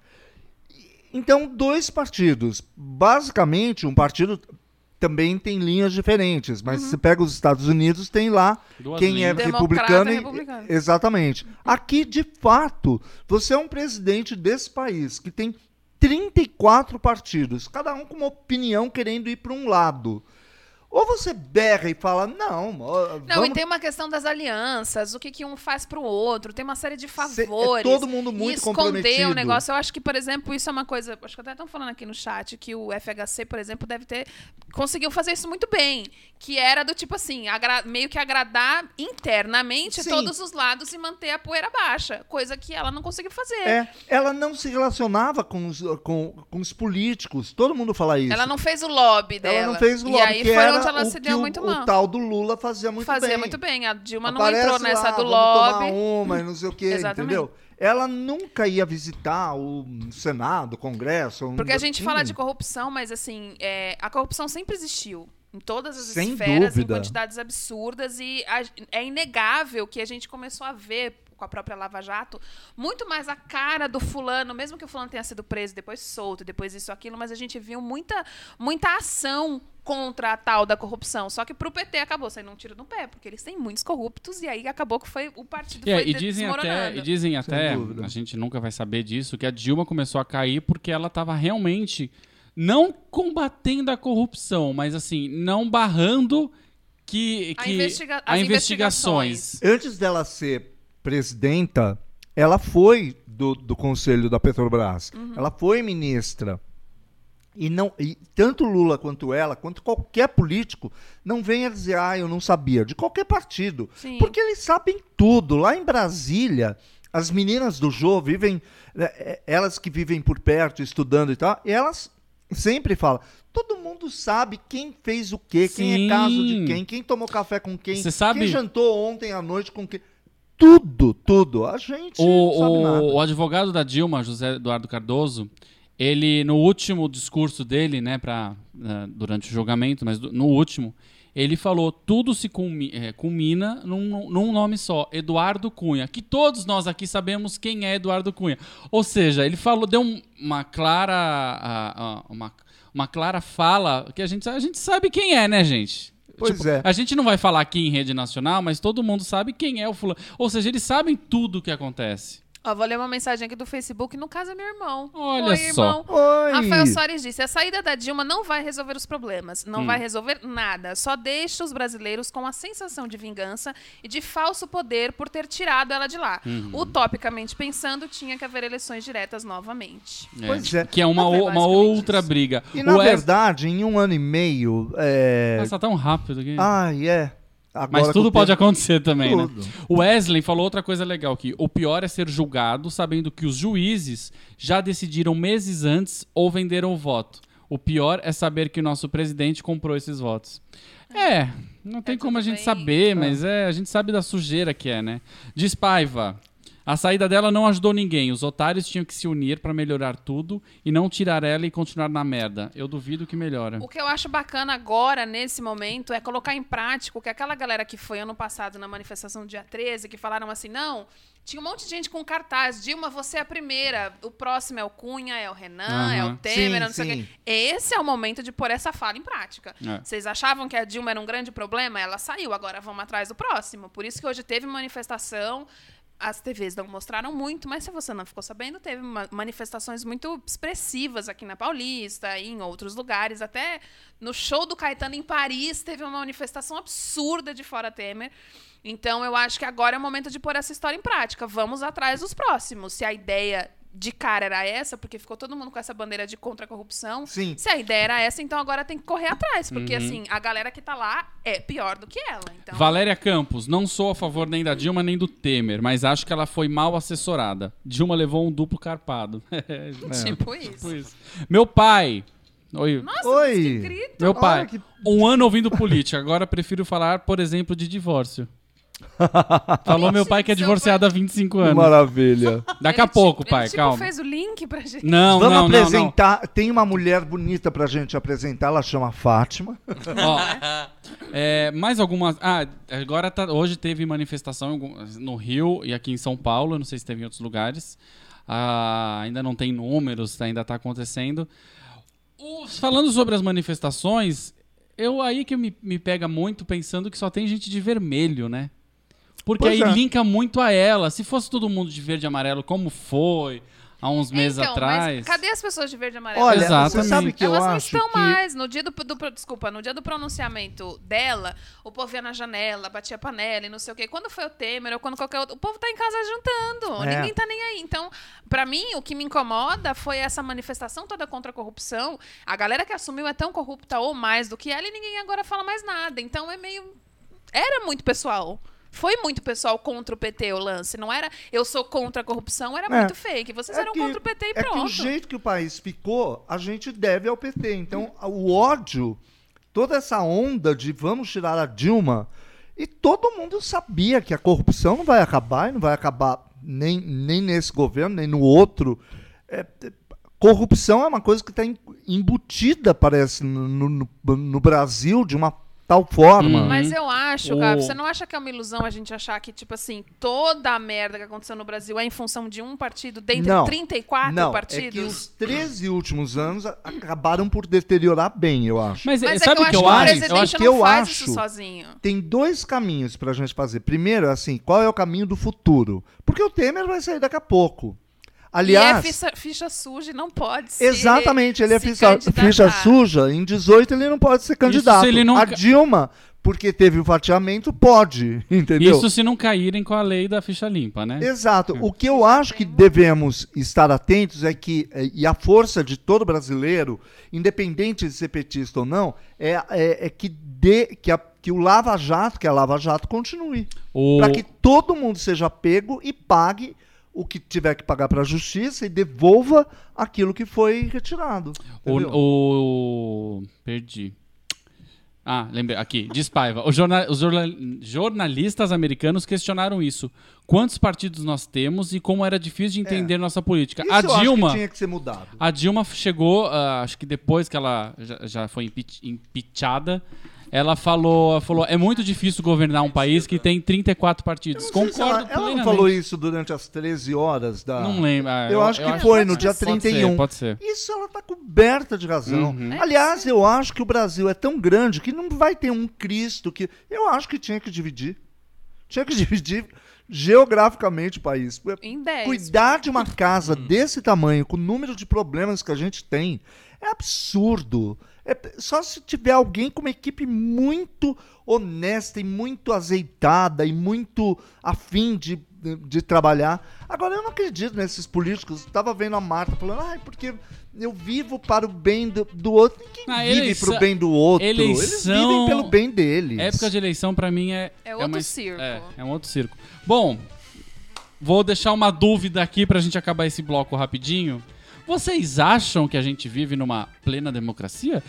Speaker 4: Então, dois partidos. Basicamente, um partido também tem linhas diferentes, mas se você pega os Estados Unidos, tem lá
Speaker 6: Duas
Speaker 4: quem é
Speaker 6: linhas.
Speaker 4: republicano.
Speaker 5: Democrata e
Speaker 4: e-
Speaker 5: republicano.
Speaker 4: Exatamente. Aqui, de fato, você é um presidente desse país que tem trinta e quatro partidos, cada um com uma opinião querendo ir para um lado. Ou você berra e fala, não, ó,
Speaker 5: Não,
Speaker 4: vamos
Speaker 5: e tem uma questão das alianças, o que, que um faz pro outro, tem uma série de
Speaker 4: Cê- é
Speaker 5: favores.
Speaker 4: todo mundo muito
Speaker 5: e esconder
Speaker 4: comprometido.
Speaker 5: o negócio. Eu acho que, por exemplo, isso é uma coisa. Acho que até estão falando aqui no chat que o F H C, por exemplo, deve ter. Conseguiu fazer isso muito bem. Que era do tipo assim, agra- meio que agradar internamente
Speaker 4: Sim.
Speaker 5: todos os lados e manter a poeira baixa. Coisa que ela não conseguiu fazer.
Speaker 4: É, ela não se relacionava com os, com, com os políticos. Todo mundo fala isso.
Speaker 5: Ela não fez o lobby dela.
Speaker 4: Ela não fez o
Speaker 5: E
Speaker 4: lobby,
Speaker 5: aí
Speaker 4: que
Speaker 5: foi
Speaker 4: era
Speaker 5: onde ela
Speaker 4: o
Speaker 5: se
Speaker 4: que
Speaker 5: deu
Speaker 4: o,
Speaker 5: muito
Speaker 4: o
Speaker 5: mal.
Speaker 4: tal do Lula fazia muito
Speaker 5: Fazia
Speaker 4: bem.
Speaker 5: muito bem. A Dilma não
Speaker 4: Aparece
Speaker 5: entrou nessa
Speaker 4: lá,
Speaker 5: do
Speaker 4: vamos
Speaker 5: lobby.
Speaker 4: tomar uma e não sei o quê,
Speaker 5: Exatamente.
Speaker 4: entendeu? Ela nunca ia visitar o Senado, o Congresso.
Speaker 5: Porque a gente fala de
Speaker 4: corrupção.
Speaker 5: corrupção, mas assim, é, a corrupção sempre existiu. Em todas as
Speaker 4: Sem
Speaker 5: esferas,
Speaker 4: dúvida.
Speaker 5: em quantidades absurdas. E a- é inegável que a gente começou a ver, com a própria Lava Jato, muito mais a cara do fulano, mesmo que o fulano tenha sido preso, depois solto, depois isso, aquilo, mas a gente viu muita, muita ação contra a tal da corrupção. Só que pro P T acabou saindo um tiro no pé, porque eles têm muitos corruptos, e aí acabou que foi o partido
Speaker 6: É,
Speaker 5: foi
Speaker 6: e
Speaker 5: de-
Speaker 6: dizem até,
Speaker 5: desmoronando.
Speaker 6: e dizem até,
Speaker 4: dúvida.
Speaker 6: a gente nunca vai saber disso, que a Dilma começou a cair porque ela estava realmente não combatendo a corrupção, mas assim, não barrando que,
Speaker 5: A
Speaker 6: que
Speaker 5: investiga-
Speaker 6: a
Speaker 5: as
Speaker 6: investigações.
Speaker 4: Antes dela ser presidenta, ela foi do, do conselho da Petrobras.
Speaker 5: Uhum.
Speaker 4: Ela foi ministra. E, não, e tanto Lula quanto ela, quanto qualquer político, não venha dizer, ah, eu não sabia, de qualquer partido.
Speaker 5: Sim.
Speaker 4: Porque eles sabem tudo. Lá em Brasília, as meninas do Jô vivem, eh, elas que vivem por perto, estudando e tal, elas sempre falam, todo mundo sabe quem fez o quê, quem
Speaker 6: Sim.
Speaker 4: é caso de quem, quem tomou café com quem,
Speaker 6: Você sabe-
Speaker 4: quem jantou ontem à noite com quem. Tudo, tudo. A gente não sabe
Speaker 6: O,
Speaker 4: nada.
Speaker 6: o, o advogado da Dilma, José Eduardo Cardoso, ele, no último discurso dele, né, pra, eh, durante o julgamento, mas do- no último, ele falou, tudo se culmi- eh, culmina num, num nome só, Eduardo Cunha, que todos nós aqui sabemos quem é Eduardo Cunha. Ou seja, ele falou, deu um- uma clara, ah, ah, uma, uma clara fala, que a gente, a gente sabe quem é, né, gente?
Speaker 4: Pois
Speaker 6: Tipo,
Speaker 4: é.
Speaker 6: A gente não vai falar aqui em rede nacional, mas todo mundo sabe quem é o fulano. Ou seja, eles sabem tudo o que acontece.
Speaker 5: Ó, vou ler uma mensagem aqui do Facebook. No caso, é meu irmão.
Speaker 6: Olha
Speaker 5: Oi,
Speaker 6: só.
Speaker 5: irmão.
Speaker 4: Oi.
Speaker 5: Rafael Soares disse, a saída da Dilma não vai resolver os problemas.
Speaker 6: Hum.
Speaker 5: Não vai resolver nada. Só deixa os brasileiros com a sensação de vingança e de falso poder por ter tirado ela de lá.
Speaker 6: Uhum.
Speaker 5: Utopicamente pensando, tinha que haver eleições diretas novamente.
Speaker 4: Pois é.
Speaker 6: Que é uma,
Speaker 5: Não foi
Speaker 6: o- uma
Speaker 5: basicamente
Speaker 6: outra
Speaker 5: isso.
Speaker 6: briga.
Speaker 4: E na
Speaker 6: O Wes-
Speaker 4: verdade, em um ano e meio. É...
Speaker 6: Passa tão rápido aqui.
Speaker 4: Ai, é. Agora
Speaker 6: Mas
Speaker 4: com
Speaker 6: tudo
Speaker 4: o
Speaker 6: pode
Speaker 4: tempo-
Speaker 6: acontecer também,
Speaker 4: Tudo.
Speaker 6: né? O Wesley falou outra coisa legal aqui. O pior é ser julgado sabendo que os juízes já decidiram meses antes ou venderam o voto. O pior é saber que o nosso presidente comprou esses votos. É, não tem
Speaker 5: É
Speaker 6: como a
Speaker 5: tudo
Speaker 6: gente
Speaker 5: bem.
Speaker 6: saber, mas é, a gente sabe da sujeira que é, né? Diz Paiva. A saída dela não ajudou ninguém. Os otários tinham que se unir pra melhorar tudo e não tirar ela e continuar na merda. Eu duvido que melhora.
Speaker 5: O que eu acho bacana agora, nesse momento, é colocar em prática o que aquela galera que foi ano passado na manifestação do dia treze, que falaram assim, não, tinha um monte de gente com cartaz, Dilma, você é a primeira, o próximo é o Cunha, é o Renan,
Speaker 6: Uhum.
Speaker 5: é o Temer,
Speaker 4: Sim,
Speaker 5: não sei o
Speaker 4: sim.
Speaker 5: quê. Esse é o momento de pôr essa fala em prática.
Speaker 6: É.
Speaker 5: Vocês achavam que a Dilma era um grande problema? Ela saiu, agora vamos atrás do próximo. Por isso que hoje teve manifestação. As T Vs não mostraram muito, mas se você não ficou sabendo, teve ma- manifestações muito expressivas aqui na Paulista e em outros lugares. Até no show do Caetano em Paris teve uma manifestação absurda de Fora Temer. Então eu acho que agora é o momento de pôr essa história em prática. Vamos atrás dos próximos. Se a ideia de cara era essa, porque ficou todo mundo com essa bandeira de contra a corrupção.
Speaker 4: Sim.
Speaker 5: Se a ideia era essa, então agora tem que correr atrás. Porque,
Speaker 6: Uhum.
Speaker 5: assim, a galera que tá lá é pior do que ela. Então,
Speaker 6: Valéria Campos, não sou a favor nem da Dilma nem do Temer, mas acho que ela foi mal assessorada. Dilma levou um duplo carpado.
Speaker 5: tipo isso.
Speaker 6: Tipo isso. Meu pai. Oi.
Speaker 5: Nossa,
Speaker 4: Oi.
Speaker 5: mas que grito.
Speaker 6: Meu pai.
Speaker 4: Olha que-
Speaker 6: Um ano ouvindo política, agora prefiro falar, por exemplo, de divórcio. Falou meu pai que é divorciado há vinte e cinco anos.
Speaker 4: Maravilha.
Speaker 6: Daqui a
Speaker 5: Ele,
Speaker 6: pouco,
Speaker 5: tipo,
Speaker 6: pai,
Speaker 5: ele, tipo,
Speaker 6: calma.
Speaker 5: fez o link pra gente.
Speaker 6: Não,
Speaker 4: Vamos
Speaker 6: não, não, não.
Speaker 4: apresentar. Tem uma mulher bonita pra gente apresentar, ela chama Fátima.
Speaker 6: Ó, é, mais algumas. Ah, agora tá, hoje teve manifestação em algum- no Rio e aqui em São Paulo, não sei se teve em outros lugares. Ah, ainda não tem números, ainda tá acontecendo. Os- falando sobre as manifestações, eu aí que me, me pega muito pensando que só tem gente de vermelho, né? Porque
Speaker 4: Pois
Speaker 6: aí
Speaker 4: é.
Speaker 6: linka muito a ela. Se fosse todo mundo de verde e amarelo, como foi há uns meses
Speaker 5: Então,
Speaker 6: atrás.
Speaker 5: mas cadê as pessoas de verde e amarelo?
Speaker 4: Olha,
Speaker 6: Exatamente.
Speaker 4: você sabe que eu
Speaker 5: Elas não
Speaker 4: acho
Speaker 5: estão
Speaker 4: que...
Speaker 5: mais. No dia do, do pro- desculpa, no dia do pronunciamento dela, o povo ia na janela, batia panela e não sei o quê. Quando foi o Temer ou quando qualquer outro, o povo tá em casa jantando.
Speaker 4: É.
Speaker 5: Ninguém tá nem aí. Então, pra mim, o que me incomoda foi essa manifestação toda contra a corrupção. A galera que assumiu é tão corrupta ou mais do que ela e ninguém agora fala mais nada. Então é meio... Era muito pessoal. Foi muito pessoal contra o P T o lance. Não era eu sou contra a corrupção, era
Speaker 4: É.
Speaker 5: muito fake. Vocês
Speaker 4: É
Speaker 5: eram
Speaker 4: que-
Speaker 5: contra o P T e
Speaker 4: É que
Speaker 5: pronto.
Speaker 4: o jeito que o país ficou, a gente deve ao P T. Então, o ódio, toda essa onda de vamos tirar a Dilma, e todo mundo sabia que a corrupção não vai acabar, e não vai acabar nem, nem nesse governo, nem no outro. É, é, corrupção é uma coisa que está embutida, parece, no, no- no Brasil de uma tal forma.
Speaker 6: Uhum.
Speaker 5: Mas eu acho,
Speaker 6: O-
Speaker 5: Gabi, você não acha que é uma ilusão a gente achar que, tipo assim, toda a merda que aconteceu no Brasil é em função de um partido dentre
Speaker 4: Não.
Speaker 5: trinta e quatro
Speaker 4: Não,
Speaker 5: partidos?
Speaker 4: é que os treze últimos anos a- acabaram por deteriorar bem, eu acho.
Speaker 6: Mas,
Speaker 5: Mas
Speaker 6: sabe
Speaker 5: é
Speaker 6: o
Speaker 5: que eu
Speaker 6: que eu
Speaker 5: acho
Speaker 6: acho?
Speaker 5: que o
Speaker 6: Eu
Speaker 5: presidente
Speaker 6: acho
Speaker 4: que
Speaker 5: não
Speaker 4: eu
Speaker 5: faz
Speaker 4: acho-
Speaker 5: isso sozinho.
Speaker 4: Tem dois caminhos pra gente fazer. Primeiro, assim, qual é o caminho do futuro? Porque o Temer vai sair daqui a pouco. Aliás,
Speaker 5: e é ficha, ficha suja e não pode ser.
Speaker 4: exatamente, ele é
Speaker 5: se
Speaker 4: ficha,
Speaker 5: candidatar.
Speaker 4: ficha suja. Em dezoito ele não pode ser candidato.
Speaker 6: se ele não
Speaker 4: A
Speaker 6: ca-
Speaker 4: Dilma, porque teve o fatiamento, pode, entendeu?
Speaker 6: Isso se não caírem com a lei da ficha limpa, né?
Speaker 4: Exato. O que eu acho que devemos estar atentos é que, eh, e a força de todo brasileiro, independente de ser petista ou não, é, é, é que, dê, que, a, que o Lava Jato, que a Lava Jato continue.
Speaker 6: O...
Speaker 4: Para que todo mundo seja pego e pague o que tiver que pagar para a justiça e devolva aquilo que foi retirado. entendeu?
Speaker 6: O, o... Perdi. Ah, lembrei. Aqui, diz Paiva. O jorna- os jorna- jornalistas americanos questionaram isso. Quantos partidos nós temos e como era difícil de entender nossa política.
Speaker 4: Isso
Speaker 6: a
Speaker 4: eu acho
Speaker 6: Dilma...
Speaker 4: que tinha que ser mudado.
Speaker 6: A Dilma chegou, ah, acho que depois que ela já, já foi impeach- impeachada, ela falou, falou, é muito difícil governar um país que tem trinta e quatro partidos.
Speaker 4: Eu não sei se
Speaker 6: Concordo
Speaker 4: ela, ela não
Speaker 6: plenamente.
Speaker 4: falou isso durante as treze horas da...
Speaker 6: Não lembro. ah,
Speaker 4: Eu acho que foi no dia
Speaker 6: pode
Speaker 4: trinta e
Speaker 6: ser,
Speaker 4: um.
Speaker 6: Pode ser.
Speaker 4: Isso ela está coberta de razão.
Speaker 6: Uhum.
Speaker 4: Aliás, eu acho que o Brasil é tão grande que não vai ter um Cristo que... Eu acho que tinha que dividir. Tinha que dividir geograficamente o país.
Speaker 5: Em dez.
Speaker 4: Cuidar de uma casa desse tamanho, com o número de problemas que a gente tem, é absurdo. É só se tiver alguém com uma equipe muito honesta e muito azeitada e muito afim de, de, de trabalhar. Agora, eu não acredito nesses políticos. Estava vendo a Marta falando, ah, porque eu vivo para o bem do, do outro. Ninguém
Speaker 6: Na
Speaker 4: vive
Speaker 6: eleição-
Speaker 4: para o bem do outro. Eles
Speaker 6: eleição-
Speaker 4: vivem pelo bem deles.
Speaker 6: Época de eleição, pra mim, é...
Speaker 5: É outro
Speaker 6: uma-
Speaker 5: circo.
Speaker 6: É, é um outro circo. Bom, vou deixar uma dúvida aqui pra gente acabar esse bloco rapidinho. Vocês acham que a gente vive numa plena democracia? Vamos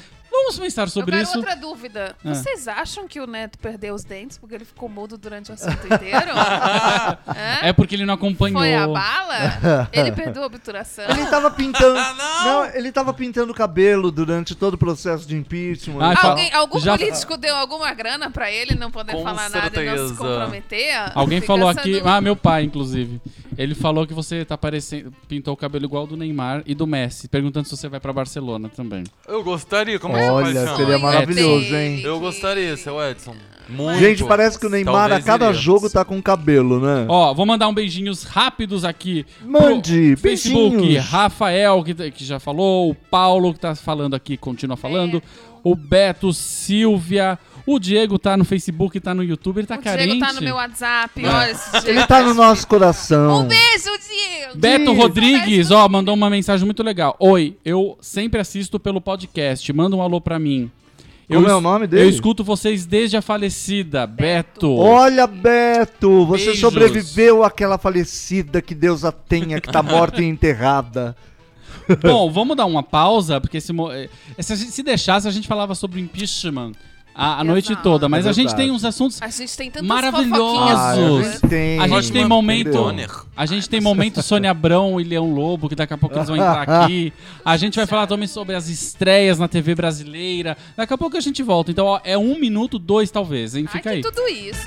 Speaker 6: vamos pensar sobre
Speaker 5: Agora,
Speaker 6: isso.
Speaker 5: outra dúvida.
Speaker 6: Ah.
Speaker 5: Vocês acham que o Neto perdeu os dentes porque ele ficou mudo durante o assunto inteiro? Hã?
Speaker 6: É porque ele não acompanhou.
Speaker 5: Foi a bala? Ele perdeu a obturação?
Speaker 4: Ele tava pintando.
Speaker 3: Ah, não!
Speaker 4: ele tava pintando o cabelo durante todo o processo de impeachment.
Speaker 6: Ah, fala-
Speaker 5: Alguém, algum
Speaker 6: já-
Speaker 5: político deu alguma grana pra ele não poder
Speaker 3: Com
Speaker 5: falar nada e não se
Speaker 3: certeza.
Speaker 5: comprometer?
Speaker 6: Alguém
Speaker 5: Fica
Speaker 6: falou
Speaker 5: essa
Speaker 6: aqui,
Speaker 5: dúvida.
Speaker 6: ah, meu pai, inclusive. Ele falou que você tá parecendo, pintou o cabelo igual do Neymar e do Messi, perguntando se você vai pra Barcelona também.
Speaker 3: Eu gostaria, como é que
Speaker 4: Olha,
Speaker 3: paixão?
Speaker 4: seria
Speaker 5: Sonho
Speaker 4: maravilhoso,
Speaker 5: dele,
Speaker 4: hein?
Speaker 3: Eu
Speaker 5: que-
Speaker 3: gostaria, seu Edson. Muito.
Speaker 4: Gente, parece que o Neymar
Speaker 3: Talvez
Speaker 4: a cada
Speaker 3: iria.
Speaker 4: jogo tá com cabelo, né?
Speaker 6: Ó, vou mandar um beijinhos rápidos aqui.
Speaker 4: Mande,
Speaker 6: pro Facebook,
Speaker 4: beijinhos.
Speaker 6: Rafael, que, que já falou, o Paulo, que tá falando aqui, continua falando, o Beto, Silvia, o Diego tá no Facebook, tá no YouTube, ele tá
Speaker 5: O
Speaker 6: carente.
Speaker 5: Diego tá no meu WhatsApp, olha esse Diego.
Speaker 4: Ele tá no nosso coração.
Speaker 5: Um beijo, Diego!
Speaker 6: Beto
Speaker 4: Diz.
Speaker 6: Rodrigues, ó, mandou uma mensagem muito legal. Oi, eu sempre assisto pelo podcast, manda um alô pra mim.
Speaker 4: Como
Speaker 6: eu
Speaker 4: é o
Speaker 6: es-
Speaker 4: nome dele?
Speaker 6: Eu escuto vocês desde a falecida, Beto.
Speaker 4: Olha, Beto, você
Speaker 6: Beijos.
Speaker 4: sobreviveu àquela falecida, que Deus a tenha, que tá morta e enterrada.
Speaker 6: Bom, vamos dar uma pausa, porque se, mo- eh, se, a gente- se deixasse, a gente falava sobre impeachment a, a noite
Speaker 5: Exato.
Speaker 6: toda. Mas
Speaker 4: É
Speaker 6: a gente
Speaker 4: verdade.
Speaker 6: tem uns assuntos.
Speaker 5: A gente tem tantas
Speaker 6: Maravilhosos.
Speaker 4: Ah, a
Speaker 5: fofoquinhas.
Speaker 4: gente tem.
Speaker 6: A gente tem momento.
Speaker 3: Entendeu?
Speaker 6: A gente tem momento Sônia Abrão e Leão Lobo, que daqui a pouco eles vão entrar aqui. A gente vai falar também sobre as estreias na T V brasileira. Daqui a pouco a gente volta. Então, ó, é um minuto, dois talvez, hein?
Speaker 5: Ai,
Speaker 6: Fica
Speaker 5: que
Speaker 6: aí.
Speaker 5: tudo isso.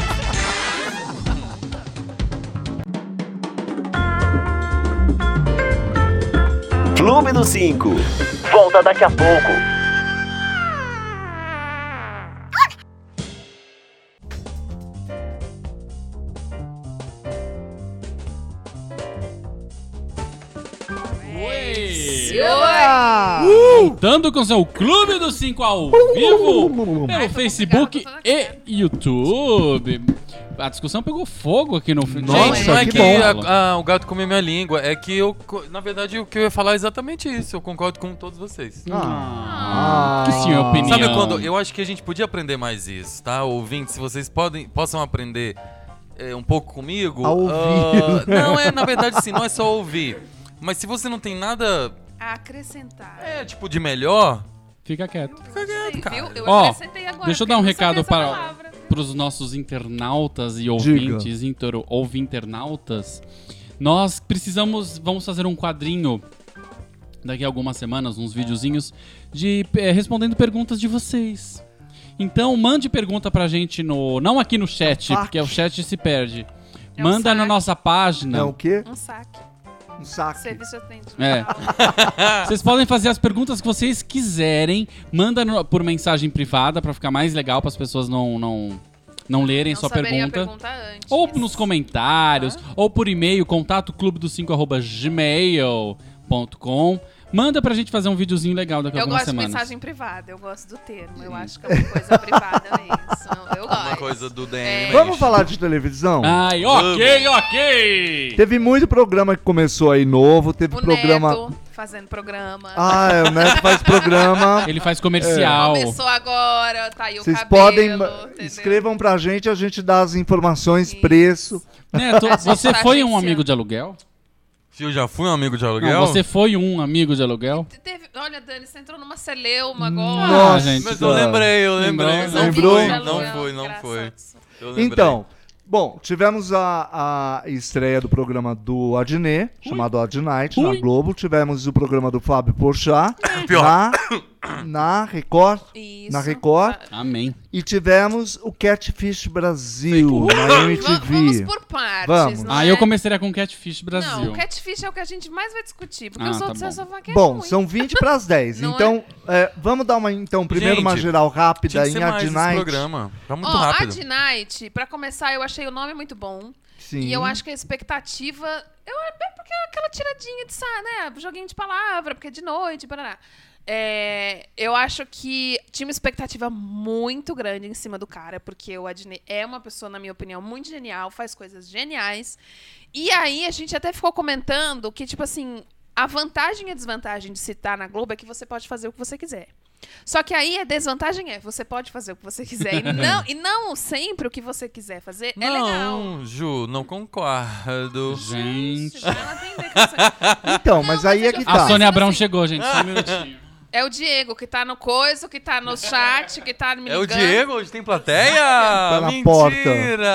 Speaker 2: Clube do cinco. Volta daqui a pouco.
Speaker 6: Oi!
Speaker 4: Ah!
Speaker 6: Voltando com seu Clube do cinco ao vivo pelo Facebook e YouTube. A discussão pegou fogo aqui no
Speaker 3: Gente,
Speaker 4: Nossa,
Speaker 3: não é
Speaker 4: que
Speaker 3: que,
Speaker 4: bom.
Speaker 3: a- a- o gato comeu minha língua, é que eu, co- na verdade, o que eu ia falar é exatamente isso. Eu concordo com todos vocês.
Speaker 6: Ah, que sim, opinião.
Speaker 3: Sabe quando? Eu acho que a gente podia aprender mais isso, tá? Ouvintes, se vocês podem, possam aprender é, um pouco comigo.
Speaker 4: A ouvir.
Speaker 3: ah, não, é, na verdade, sim, não é só ouvir. Mas se você não tem nada,
Speaker 5: A acrescentar.
Speaker 3: é, tipo, de melhor,
Speaker 6: Fica quieto.
Speaker 5: Sei,
Speaker 3: cara.
Speaker 5: viu? Eu
Speaker 6: Ó,
Speaker 5: acrescentei agora.
Speaker 6: deixa eu
Speaker 5: porque
Speaker 6: dar um
Speaker 5: não
Speaker 6: recado
Speaker 5: sabia essa
Speaker 6: para,
Speaker 5: palavra.
Speaker 6: para os nossos internautas e ouvintes, inter, ouvinternautas. Nós precisamos, vamos fazer um quadrinho daqui a algumas semanas, uns videozinhos, de eh, respondendo perguntas de vocês. Então, mande pergunta pra gente no... Não aqui no chat,
Speaker 4: saque.
Speaker 6: porque o chat se perde.
Speaker 5: É um
Speaker 6: Manda na
Speaker 5: saque.
Speaker 6: nossa página.
Speaker 4: É o quê?
Speaker 5: Um saque.
Speaker 4: Um saco.
Speaker 5: Serviço atendimento.
Speaker 6: É. Vocês podem fazer as perguntas que vocês quiserem. Manda no- por mensagem privada pra ficar mais legal, para as pessoas não, não, não lerem
Speaker 5: Não
Speaker 6: sua
Speaker 5: saberia a
Speaker 6: pergunta.
Speaker 5: pergunta antes.
Speaker 6: Ou nos comentários, ou por e-mail, contato clube do cinco arroba gmail ponto com. Manda pra gente fazer um videozinho legal daqui a
Speaker 5: Eu
Speaker 6: algumas
Speaker 5: gosto de
Speaker 6: semanas.
Speaker 5: mensagem privada, eu gosto do termo. Eu acho que é uma coisa privada mesmo. Eu gosto.
Speaker 3: uma coisa do D M.
Speaker 5: É.
Speaker 4: Vamos falar de televisão?
Speaker 6: Ai, ok, ok!
Speaker 4: Teve muito programa que começou aí novo, teve
Speaker 5: O
Speaker 4: programa...
Speaker 5: Neto fazendo programa.
Speaker 4: Ah, é, o Neto faz programa.
Speaker 6: Ele faz comercial.
Speaker 5: Começou agora, tá aí o
Speaker 4: Vocês
Speaker 5: cabelo.
Speaker 4: podem...
Speaker 5: entendeu?
Speaker 4: Escrevam pra gente, a gente dá as informações,
Speaker 5: Isso.
Speaker 4: preço.
Speaker 6: Neto, você
Speaker 5: tá
Speaker 6: foi um
Speaker 5: agenciando.
Speaker 6: amigo de aluguel?
Speaker 3: Se eu já fui um amigo de
Speaker 6: Não,
Speaker 3: aluguel...
Speaker 6: você foi um amigo de aluguel?
Speaker 5: Teve- olha, Dani, você entrou numa celeuma agora.
Speaker 4: Nossa,
Speaker 6: Ah, gente.
Speaker 3: Mas eu lembrei, eu lembrei.
Speaker 6: Lembrou?
Speaker 3: Não
Speaker 4: Lembrou?
Speaker 3: fui,
Speaker 5: Lembrou?
Speaker 3: não fui, não foi.
Speaker 5: Engraçado.
Speaker 3: Eu lembrei.
Speaker 4: Então, bom, tivemos a, a estreia do programa do Adnet, chamado Ad Night, na
Speaker 6: Ui.
Speaker 4: Globo. Tivemos o programa do Fábio Porchat,
Speaker 3: Pior.
Speaker 4: na, na Record.
Speaker 5: Isso.
Speaker 4: Na Record.
Speaker 5: Ah,
Speaker 6: Amém.
Speaker 4: E tivemos o Catfish Brasil, na M T
Speaker 5: va- Vamos
Speaker 4: V.
Speaker 5: por partes.
Speaker 4: Vamos.
Speaker 5: não
Speaker 6: Ah,
Speaker 5: é?
Speaker 6: eu começaria com Catfish Brasil.
Speaker 5: Não, o catfish é o que a gente mais vai discutir, porque
Speaker 6: Ah,
Speaker 5: os
Speaker 6: tá
Speaker 5: outros
Speaker 6: bom.
Speaker 5: é só falar que é
Speaker 4: Bom,
Speaker 5: ruim.
Speaker 4: são vinte para as dez.
Speaker 5: Não
Speaker 4: Então, é, vamos dar uma, então, primeiro
Speaker 3: Gente,
Speaker 4: uma geral
Speaker 3: Tinha
Speaker 4: rápida
Speaker 3: que
Speaker 4: em
Speaker 3: ser mais
Speaker 4: Ad
Speaker 3: esse
Speaker 4: Night.
Speaker 3: programa. Tá muito
Speaker 5: Ó,
Speaker 3: rápido.
Speaker 5: Ad Night, pra começar, eu achei o nome muito bom.
Speaker 4: Sim.
Speaker 5: E eu acho que a expectativa. Eu, é porque é aquela tiradinha de sa, né? Joguinho de palavra, porque é de noite, parará. É, eu acho que tinha uma expectativa muito grande em cima do cara, porque o Adnet é uma pessoa, na minha opinião, muito genial, faz coisas geniais. E aí a gente até ficou comentando que, tipo assim, a vantagem e a desvantagem de se estar na Globo é que você pode fazer o que você quiser. Só que aí a desvantagem é, você pode fazer o que você quiser. E não, e não sempre o que você quiser fazer é legal.
Speaker 3: Não, Ju, não concordo.
Speaker 6: Gente.
Speaker 5: Vai lá atender que você-
Speaker 4: Então, mas
Speaker 5: Não,
Speaker 4: aí
Speaker 5: mas
Speaker 4: é que
Speaker 5: eu
Speaker 6: A
Speaker 4: tá.
Speaker 5: Mas,
Speaker 6: Sônia Abrão
Speaker 5: assim-
Speaker 6: chegou, gente. Só um minutinho.
Speaker 5: É o Diego, que tá no coisa, que tá no chat, que tá me
Speaker 3: É o
Speaker 5: ligando.
Speaker 3: Diego? Hoje tem plateia?
Speaker 4: Tá na
Speaker 3: Mentira!
Speaker 4: porta.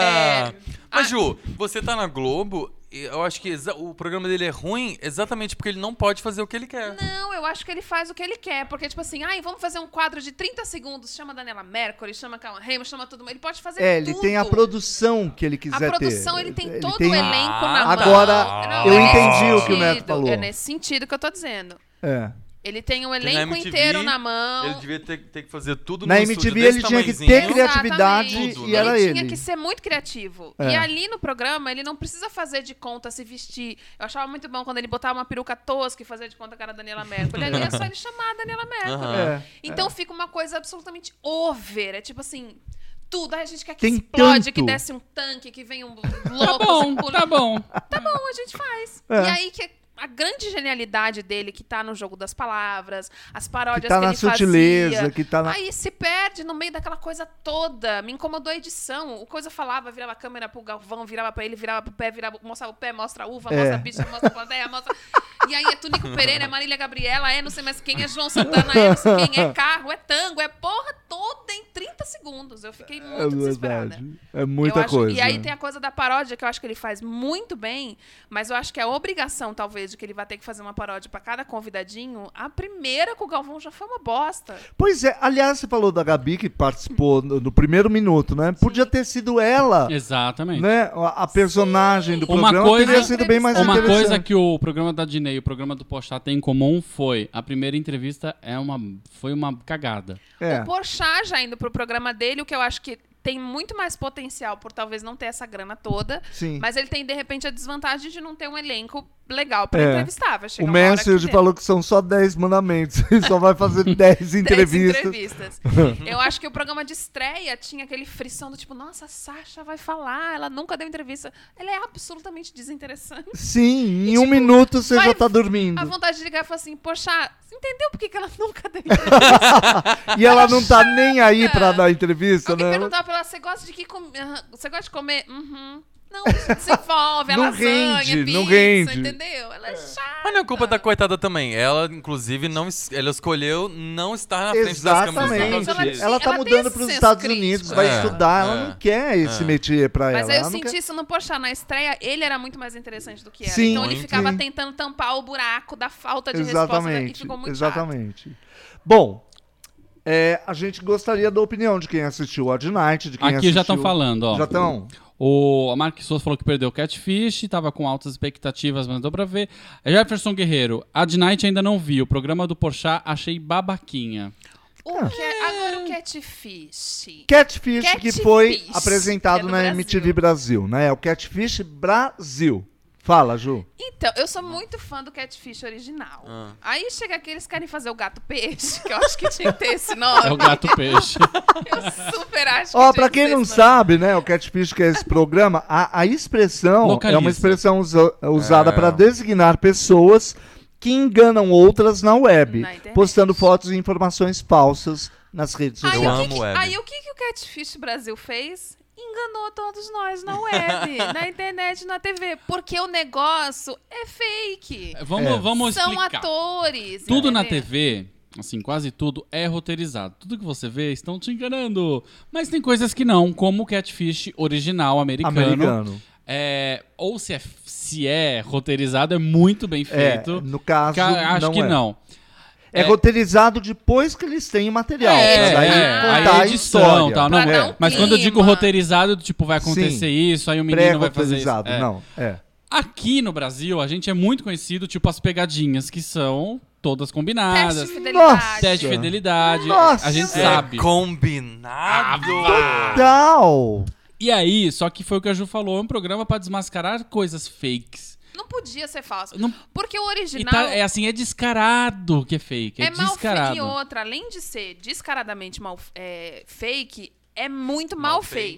Speaker 5: É.
Speaker 3: Mas,
Speaker 5: Ah.
Speaker 3: Ju, você tá na Globo, e eu acho que exa- o programa dele é ruim exatamente porque ele não pode fazer o que ele quer.
Speaker 5: Não, eu acho que ele faz o que ele quer. Porque, tipo assim, ai, vamos fazer um quadro de trinta segundos. Chama a Daniela Mercury, chama a Calma Raymond, chama todo mundo. Ele pode fazer
Speaker 4: É,
Speaker 5: tudo.
Speaker 4: ele tem a produção que ele
Speaker 5: A
Speaker 4: quiser ter.
Speaker 5: produção, ele tem todo
Speaker 4: tem-
Speaker 5: o elenco na mão.
Speaker 4: Agora,
Speaker 5: Não,
Speaker 4: eu
Speaker 5: é nesse
Speaker 4: entendi o que o Neto
Speaker 5: sentido,
Speaker 4: falou.
Speaker 5: É nesse sentido que eu tô dizendo.
Speaker 4: É.
Speaker 5: Ele tem o
Speaker 3: Tem na
Speaker 5: elenco
Speaker 3: M T V,
Speaker 5: inteiro na mão.
Speaker 3: Ele devia ter, ter que fazer tudo
Speaker 4: Na
Speaker 3: no
Speaker 4: M T
Speaker 3: estúdio
Speaker 4: V
Speaker 3: desse
Speaker 4: ele tinha que ter
Speaker 3: tamanhozinho.
Speaker 4: criatividade
Speaker 5: Exatamente.
Speaker 3: Tudo,
Speaker 4: e
Speaker 3: né?
Speaker 4: era
Speaker 5: ele
Speaker 4: ele.
Speaker 5: tinha que ser muito criativo.
Speaker 4: É.
Speaker 5: E ali no programa, ele não precisa fazer de conta, se vestir. Eu achava muito bom quando ele botava uma peruca tosca e fazia de conta que era a Daniela Mercury. Ali é só ele chamar a Daniela Mercury.
Speaker 3: Aham.
Speaker 4: É,
Speaker 5: Então fica uma coisa absolutamente over. É tipo assim... Tudo. Aí a gente quer que
Speaker 4: Tem
Speaker 5: explode,
Speaker 4: tanto.
Speaker 5: que desce um tanque, que vem um
Speaker 6: Tá
Speaker 5: louco.
Speaker 6: bom,
Speaker 5: assim, pula-
Speaker 6: tá bom.
Speaker 5: Tá bom, a gente faz.
Speaker 4: É.
Speaker 5: E aí que a grande genialidade dele, que tá no jogo das palavras, as paródias
Speaker 4: Que tá
Speaker 5: que
Speaker 4: na
Speaker 5: ele
Speaker 4: sutileza,
Speaker 5: fazia.
Speaker 4: que tá na...
Speaker 5: Aí se perde no meio daquela coisa toda. Me incomodou a edição. O coisa falava, virava a câmera pro Galvão, virava pra ele, virava pro pé, virava, mostrava o pé, mostra a uva,
Speaker 4: É.
Speaker 5: mostra a bicha, mostra a plateia, mostra... E aí é Tunico Pereira, é Marília Gabriela, é não sei mais quem, é João Santana, é não sei quem, é carro, é tango, é porra toda em trinta segundos. Eu fiquei muito
Speaker 4: É
Speaker 5: desesperada.
Speaker 4: verdade. É muita
Speaker 5: Eu acho-
Speaker 4: coisa.
Speaker 5: E aí tem a coisa da paródia, que eu acho que ele faz muito bem, mas eu acho que a obrigação, talvez, de que ele vai ter que fazer uma paródia pra cada convidadinho, a primeira com o Galvão já foi uma bosta.
Speaker 4: Pois é, aliás, você falou da Gabi que participou no, no primeiro minuto, né? Podia ter sido ela,
Speaker 6: Exatamente.
Speaker 4: né? A, a personagem do
Speaker 6: Uma
Speaker 4: programa
Speaker 6: coisa-
Speaker 4: teria sido bem mais
Speaker 6: Uma
Speaker 4: interessante.
Speaker 6: coisa que o programa da Dinei e o programa do Pochá tem em comum foi a primeira entrevista é uma, foi uma cagada.
Speaker 4: É.
Speaker 5: O Porchat já indo pro programa dele, o que eu acho que tem muito mais potencial por talvez não ter essa grana toda,
Speaker 4: Sim.
Speaker 5: mas ele tem, de repente, a desvantagem de não ter um elenco legal pra
Speaker 4: É.
Speaker 5: entrevistar. Vai chegar
Speaker 4: O
Speaker 5: uma hora
Speaker 4: Mansfield
Speaker 5: que tem.
Speaker 4: falou que são só dez mandamentos. Ele só vai fazer dez entrevistas.
Speaker 5: Dez entrevistas. Eu acho que o programa de estreia tinha aquele frição do tipo, nossa, a Sasha vai falar, ela nunca deu entrevista. Ela é absolutamente desinteressante.
Speaker 4: Sim, em
Speaker 5: E,
Speaker 4: um
Speaker 5: tipo,
Speaker 4: minuto você
Speaker 5: vai-
Speaker 4: já tá dormindo.
Speaker 5: A vontade de ligar e falar assim, poxa, você entendeu por que, que ela nunca deu entrevista?
Speaker 4: E ela não tá nem aí pra dar entrevista,
Speaker 5: Alguém
Speaker 4: né?
Speaker 5: perguntava pra ela, você gosta de que comer? Você gosta de comer? Uhum. Não, desenvolve, é
Speaker 4: Não
Speaker 5: lasanha,
Speaker 4: rende,
Speaker 5: é pizza,
Speaker 4: não rende.
Speaker 5: entendeu? Ela é chata.
Speaker 3: Mas não é culpa da coitada também. Ela, inclusive, não, es- ela escolheu não estar na frente das câmeras.
Speaker 4: Exatamente.
Speaker 3: por causa
Speaker 5: Ela
Speaker 3: disso.
Speaker 4: Ela tá
Speaker 5: ela tem
Speaker 4: mudando
Speaker 5: esse
Speaker 4: pros
Speaker 5: senso
Speaker 4: Estados
Speaker 5: crítico.
Speaker 4: Unidos, vai
Speaker 3: É,
Speaker 4: estudar. Ela
Speaker 3: é,
Speaker 4: não quer esse métier pra
Speaker 5: Mas
Speaker 4: ela.
Speaker 5: aí eu
Speaker 4: ela não
Speaker 5: senti
Speaker 4: quer...
Speaker 5: isso no Porchat. Na estreia, ele era muito mais interessante do que ela.
Speaker 4: Sim.
Speaker 5: Então ele
Speaker 3: Muito.
Speaker 5: ficava
Speaker 4: Sim.
Speaker 5: tentando tampar o buraco da falta de resposta. E
Speaker 4: Exatamente,
Speaker 5: ficou muito chato.
Speaker 4: exatamente. Bom, é, a gente gostaria da opinião de quem assistiu o Odd Night, de quem
Speaker 6: Aqui
Speaker 4: assistiu...
Speaker 6: já estão falando, ó.
Speaker 4: Já estão?
Speaker 6: O a Mark Souza falou que perdeu o Catfish, tava com altas expectativas, mas não deu pra ver. Jefferson Guerreiro, a de Night ainda não vi. O programa do Porchat achei babaquinha.
Speaker 5: O que, agora o Catfish.
Speaker 4: Catfish, que
Speaker 5: Catfish,
Speaker 4: foi
Speaker 5: que
Speaker 4: apresentado
Speaker 5: é do
Speaker 4: na
Speaker 5: Brasil.
Speaker 4: M T V Brasil, né? É o Catfish Brasil. Fala, Ju.
Speaker 5: Então, eu sou muito fã do Catfish original.
Speaker 3: Ah.
Speaker 5: Aí chega aqui, eles querem fazer o Gato Peixe, que eu acho que tinha que ter esse nome.
Speaker 6: É o gato peixe.
Speaker 5: Eu super acho que
Speaker 4: Ó,
Speaker 5: tinha
Speaker 4: pra
Speaker 5: que
Speaker 4: quem
Speaker 5: ter
Speaker 4: não
Speaker 5: esse nome.
Speaker 4: sabe, né, o Catfish, que é esse programa, a, a expressão
Speaker 6: Localiza.
Speaker 4: é uma expressão usa- usada
Speaker 3: É.
Speaker 4: para designar pessoas que enganam outras na web,
Speaker 5: Na internet.
Speaker 4: postando fotos e informações falsas nas redes
Speaker 5: Aí,
Speaker 4: sociais.
Speaker 3: Eu
Speaker 5: o que
Speaker 3: amo
Speaker 5: que-
Speaker 3: web.
Speaker 5: aí o que, que o Catfish Brasil fez? Enganou todos nós na web, na internet, na T V. Porque o negócio é fake.
Speaker 6: Vamos,
Speaker 4: É.
Speaker 6: vamos
Speaker 5: São
Speaker 6: explicar.
Speaker 5: atores.
Speaker 6: Tudo na
Speaker 5: entendeu?
Speaker 6: T V, assim, quase tudo é roteirizado. Tudo que você vê estão te enganando. Mas tem coisas que não, como o Catfish original americano.
Speaker 4: Americano.
Speaker 6: É, ou se é, se é roteirizado, é muito bem
Speaker 4: É,
Speaker 6: feito.
Speaker 4: no caso,
Speaker 6: Ca- Acho
Speaker 4: não
Speaker 6: que
Speaker 4: é.
Speaker 6: não.
Speaker 4: É,
Speaker 6: É.
Speaker 4: roteirizado depois que eles têm o material.
Speaker 6: É,
Speaker 4: pra daí
Speaker 6: é,
Speaker 4: contar
Speaker 6: aí
Speaker 4: a
Speaker 6: edição,
Speaker 4: história.
Speaker 6: tal,
Speaker 5: Pra
Speaker 6: não,
Speaker 5: dar um
Speaker 6: mas quando eu digo
Speaker 5: clima.
Speaker 6: roteirizado, tipo, vai acontecer
Speaker 4: Sim.
Speaker 6: isso, aí o menino vai fazer isso.
Speaker 4: Pré-roteirizado,
Speaker 6: É.
Speaker 4: não. É.
Speaker 6: Aqui no Brasil, a gente é muito conhecido, tipo, as pegadinhas, que são todas
Speaker 5: Teste
Speaker 6: combinadas.
Speaker 5: de fidelidade.
Speaker 4: Nossa.
Speaker 6: Teste de fidelidade.
Speaker 4: Nossa.
Speaker 6: A gente
Speaker 3: É
Speaker 6: sabe.
Speaker 3: combinado.
Speaker 4: Tal.
Speaker 6: E aí, só que foi o que a Ju falou, é um programa pra desmascarar coisas fakes.
Speaker 5: Não podia ser falso.
Speaker 6: Não-
Speaker 5: Porque o
Speaker 6: E
Speaker 5: original
Speaker 6: tá, é assim, é descarado que é fake. É,
Speaker 5: é mal feito.
Speaker 6: descarado.
Speaker 5: E outra, além de ser descaradamente mal, é, fake, é muito mal,
Speaker 3: Mal
Speaker 5: feito.
Speaker 3: fake.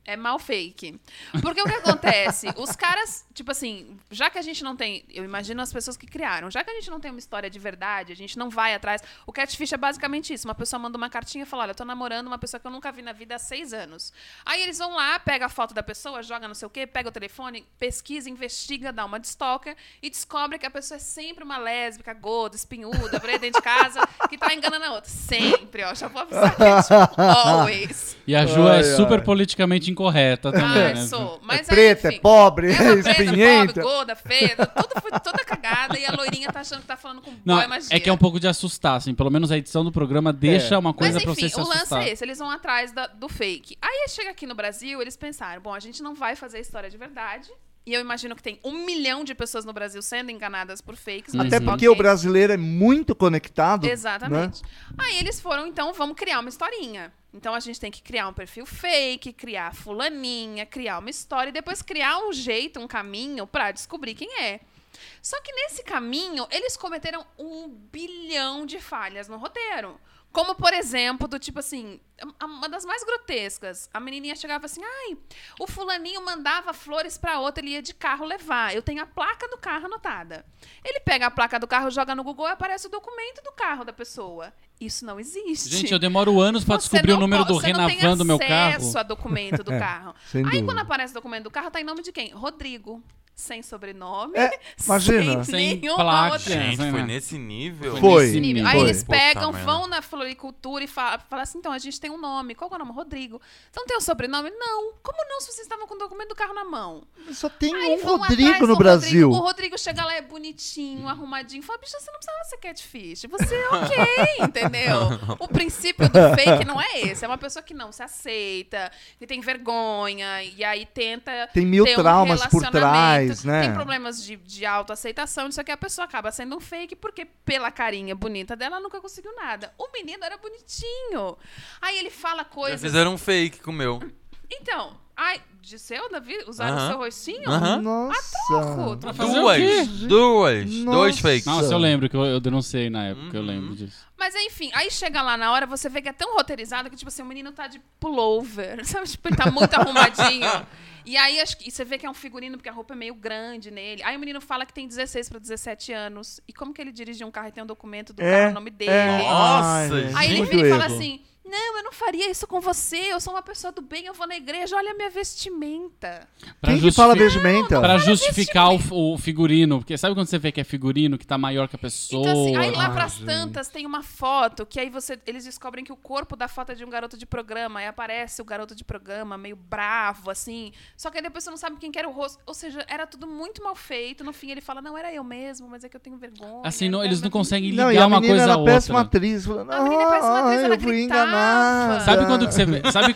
Speaker 5: É mal fake. Porque o que acontece? Os caras, tipo assim, já que a gente não tem... Eu imagino as pessoas que criaram. Já que a gente não tem uma história de verdade, a gente não vai atrás... O catfish é basicamente isso. Uma pessoa manda uma cartinha e fala, olha, eu tô namorando uma pessoa que eu nunca vi na vida há seis anos. Aí eles vão lá, pega a foto da pessoa, joga não sei o quê, pega o telefone, pesquisa, investiga, dá uma de stalker e descobre que a pessoa é sempre uma lésbica, gorda, espinhuda, pra dentro de casa, que tá enganando a outra. Sempre, ó. Já vou avisar que é tipo, always.
Speaker 6: E a Ju
Speaker 4: Ai,
Speaker 6: é super
Speaker 4: ai.
Speaker 6: politicamente incorreta também,
Speaker 5: Ah,
Speaker 6: né?
Speaker 5: sou. Mas
Speaker 4: É
Speaker 5: aí,
Speaker 4: preta,
Speaker 5: enfim,
Speaker 4: é pobre,
Speaker 5: é
Speaker 4: é
Speaker 5: uma preta,
Speaker 4: espinhenta.
Speaker 5: pobre, gorda, feia, tudo foi toda cagada e a loirinha tá achando que tá falando com
Speaker 6: Não,
Speaker 5: boy magia.
Speaker 6: é que é um pouco de assustar, assim. Pelo menos a edição do programa deixa
Speaker 4: É.
Speaker 6: uma coisa
Speaker 5: Mas
Speaker 6: pra
Speaker 5: enfim,
Speaker 6: você se
Speaker 5: o lance
Speaker 6: assustar.
Speaker 5: é esse, eles vão atrás da- do fake. Aí chega aqui no Brasil, eles pensaram, bom, a gente não vai fazer a história de verdade. E eu imagino que tem um milhão de pessoas no Brasil sendo enganadas por fakes. mas
Speaker 4: Até
Speaker 6: Uhum.
Speaker 4: porque
Speaker 5: ok.
Speaker 4: o brasileiro é muito conectado.
Speaker 5: Exatamente.
Speaker 4: Né?
Speaker 5: Aí eles foram, então, vamos criar uma historinha. Então a gente tem que criar um perfil fake, criar fulaninha, criar uma história e depois criar um jeito, um caminho pra descobrir quem é. Só que nesse caminho, eles cometeram um bilhão de falhas no roteiro. Como, por exemplo, do tipo assim, a- uma das mais grotescas. A menininha chegava assim, ai, o fulaninho mandava flores pra outra, ele ia de carro levar. Eu tenho a placa do carro anotada. Ele pega a placa do carro, joga no Google e aparece o documento do carro da pessoa. Isso não existe.
Speaker 6: Gente, eu demoro anos pra
Speaker 5: Você
Speaker 6: descobrir o
Speaker 5: não
Speaker 6: número
Speaker 5: po-
Speaker 6: do
Speaker 5: você não
Speaker 6: Renavan do meu
Speaker 5: tem
Speaker 6: carro.
Speaker 5: acesso a documento do
Speaker 4: É,
Speaker 5: carro.
Speaker 4: sem
Speaker 5: Aí
Speaker 4: dúvida.
Speaker 5: quando aparece o documento do carro, tá em nome de quem? Rodrigo. Sem sobrenome.
Speaker 4: É, imagina.
Speaker 5: Sem,
Speaker 6: Sem
Speaker 5: nenhuma
Speaker 6: placa.
Speaker 5: outra.
Speaker 3: Gente,
Speaker 6: Sim,
Speaker 3: foi
Speaker 6: né?
Speaker 3: nesse nível?
Speaker 4: Foi.
Speaker 6: nesse nível.
Speaker 5: Aí
Speaker 4: Foi.
Speaker 5: eles pegam,
Speaker 3: Puta
Speaker 5: vão
Speaker 3: merda.
Speaker 5: na floricultura e falam fala assim, então, a gente tem um nome. Qual que é o nome? Rodrigo. Você não tem o sobrenome? Não. Como não, se vocês estavam com o documento do carro na mão?
Speaker 4: Só tem
Speaker 5: Aí
Speaker 4: um
Speaker 5: vão
Speaker 4: Rodrigo
Speaker 5: atrás
Speaker 4: no
Speaker 5: do
Speaker 4: Brasil.
Speaker 5: Rodrigo. O Rodrigo chega lá, é bonitinho, arrumadinho. Fala, bicho, você não precisava ser catfish. Você é ok, entendeu? O princípio do fake não é esse. É uma pessoa que não se aceita, que tem vergonha, e aí tenta
Speaker 4: Tem mil
Speaker 5: ter um
Speaker 4: traumas por
Speaker 5: relacionamento,
Speaker 4: trás, né?
Speaker 5: Tem problemas de, de autoaceitação, isso aqui a pessoa acaba sendo um fake, porque pela carinha bonita dela, ela nunca conseguiu nada. O menino era bonitinho. Aí ele fala
Speaker 3: Já
Speaker 5: coisas...
Speaker 3: fizeram um fake com o meu.
Speaker 5: Então, ai, de seu, Davi? Usaram o
Speaker 3: Aham.
Speaker 5: seu rostinho?
Speaker 3: Aham.
Speaker 4: Nossa.
Speaker 5: Troco,
Speaker 6: Pra fazer o
Speaker 3: Duas.
Speaker 6: quê?
Speaker 3: Duas.
Speaker 4: Nossa.
Speaker 3: Dois fakes.
Speaker 6: Nossa, eu lembro que eu, eu denunciei na época, eu
Speaker 3: Uhum.
Speaker 6: lembro disso.
Speaker 5: Mas enfim, aí chega lá na hora, você vê que é tão roteirizado que, tipo assim, o menino tá de pullover, sabe? Tipo, ele tá muito arrumadinho. E aí acho que, e você vê que é um figurino, porque a roupa é meio grande nele. Aí o menino fala que tem dezesseis para dezessete anos. E como que ele dirige um carro e tem um documento do
Speaker 4: É,
Speaker 5: carro, o nome dele?
Speaker 4: é.
Speaker 3: Nossa,
Speaker 4: Ai,
Speaker 3: gente.
Speaker 5: Aí ele
Speaker 4: muito
Speaker 5: vira e fala
Speaker 4: erro.
Speaker 5: assim, não, eu não faria isso com você, eu sou uma pessoa do bem, eu vou na igreja, olha a minha vestimenta.
Speaker 6: Pra
Speaker 4: Quem que fala
Speaker 6: justifi-
Speaker 4: vestimenta?
Speaker 6: Pra justificar o, o figurino, porque sabe quando você vê que é figurino, que tá maior que a pessoa?
Speaker 5: Então, assim, aí lá
Speaker 4: Ai,
Speaker 5: pras
Speaker 4: gente.
Speaker 5: tantas tem uma foto que aí você, eles descobrem que o corpo da foto é de um garoto de programa. Aí aparece o garoto de programa, meio bravo, assim. Só que aí depois você não sabe quem que era o rosto. Ou seja, era tudo muito mal feito. No fim ele fala, não, era eu mesmo, mas é que eu tenho vergonha.
Speaker 6: Assim, não,
Speaker 5: quero
Speaker 6: eles não
Speaker 5: ver-
Speaker 6: conseguem
Speaker 4: Não, e
Speaker 6: ligar
Speaker 4: a
Speaker 6: uma
Speaker 4: menina
Speaker 6: coisa
Speaker 4: era
Speaker 6: a
Speaker 4: péssima
Speaker 6: outra.
Speaker 4: atriz. Falando,
Speaker 5: A menina é péssima atriz,
Speaker 4: "Ah,
Speaker 5: ela
Speaker 4: eu fui
Speaker 5: gritava."
Speaker 4: enganada.
Speaker 6: Sabe quando que você vê? Sabe,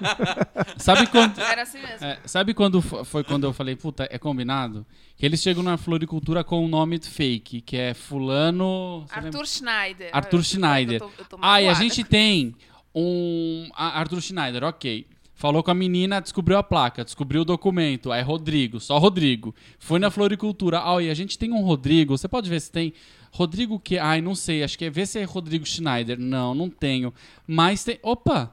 Speaker 6: sabe quando...
Speaker 5: Era assim mesmo.
Speaker 6: É, sabe quando fo- foi quando eu falei, puta, é combinado? Que eles chegam na floricultura com um nome fake, que é fulano... você lembra?
Speaker 5: Arthur Schneider.
Speaker 6: Arthur
Speaker 5: Eu-
Speaker 6: Schneider.
Speaker 5: Eu tô, eu tô
Speaker 6: Ah, e a
Speaker 5: magoada.
Speaker 6: gente tem um... a- Arthur Schneider, ok. Falou com a menina, descobriu a placa, descobriu o documento. Aí Rodrigo, só Rodrigo. Foi na floricultura. Ah, e a gente tem um Rodrigo. Você pode ver se tem... Rodrigo que... Ai, não sei. Acho que é... Vê se é Rodrigo Schneider. Não, não tenho. Mas tem... Opa!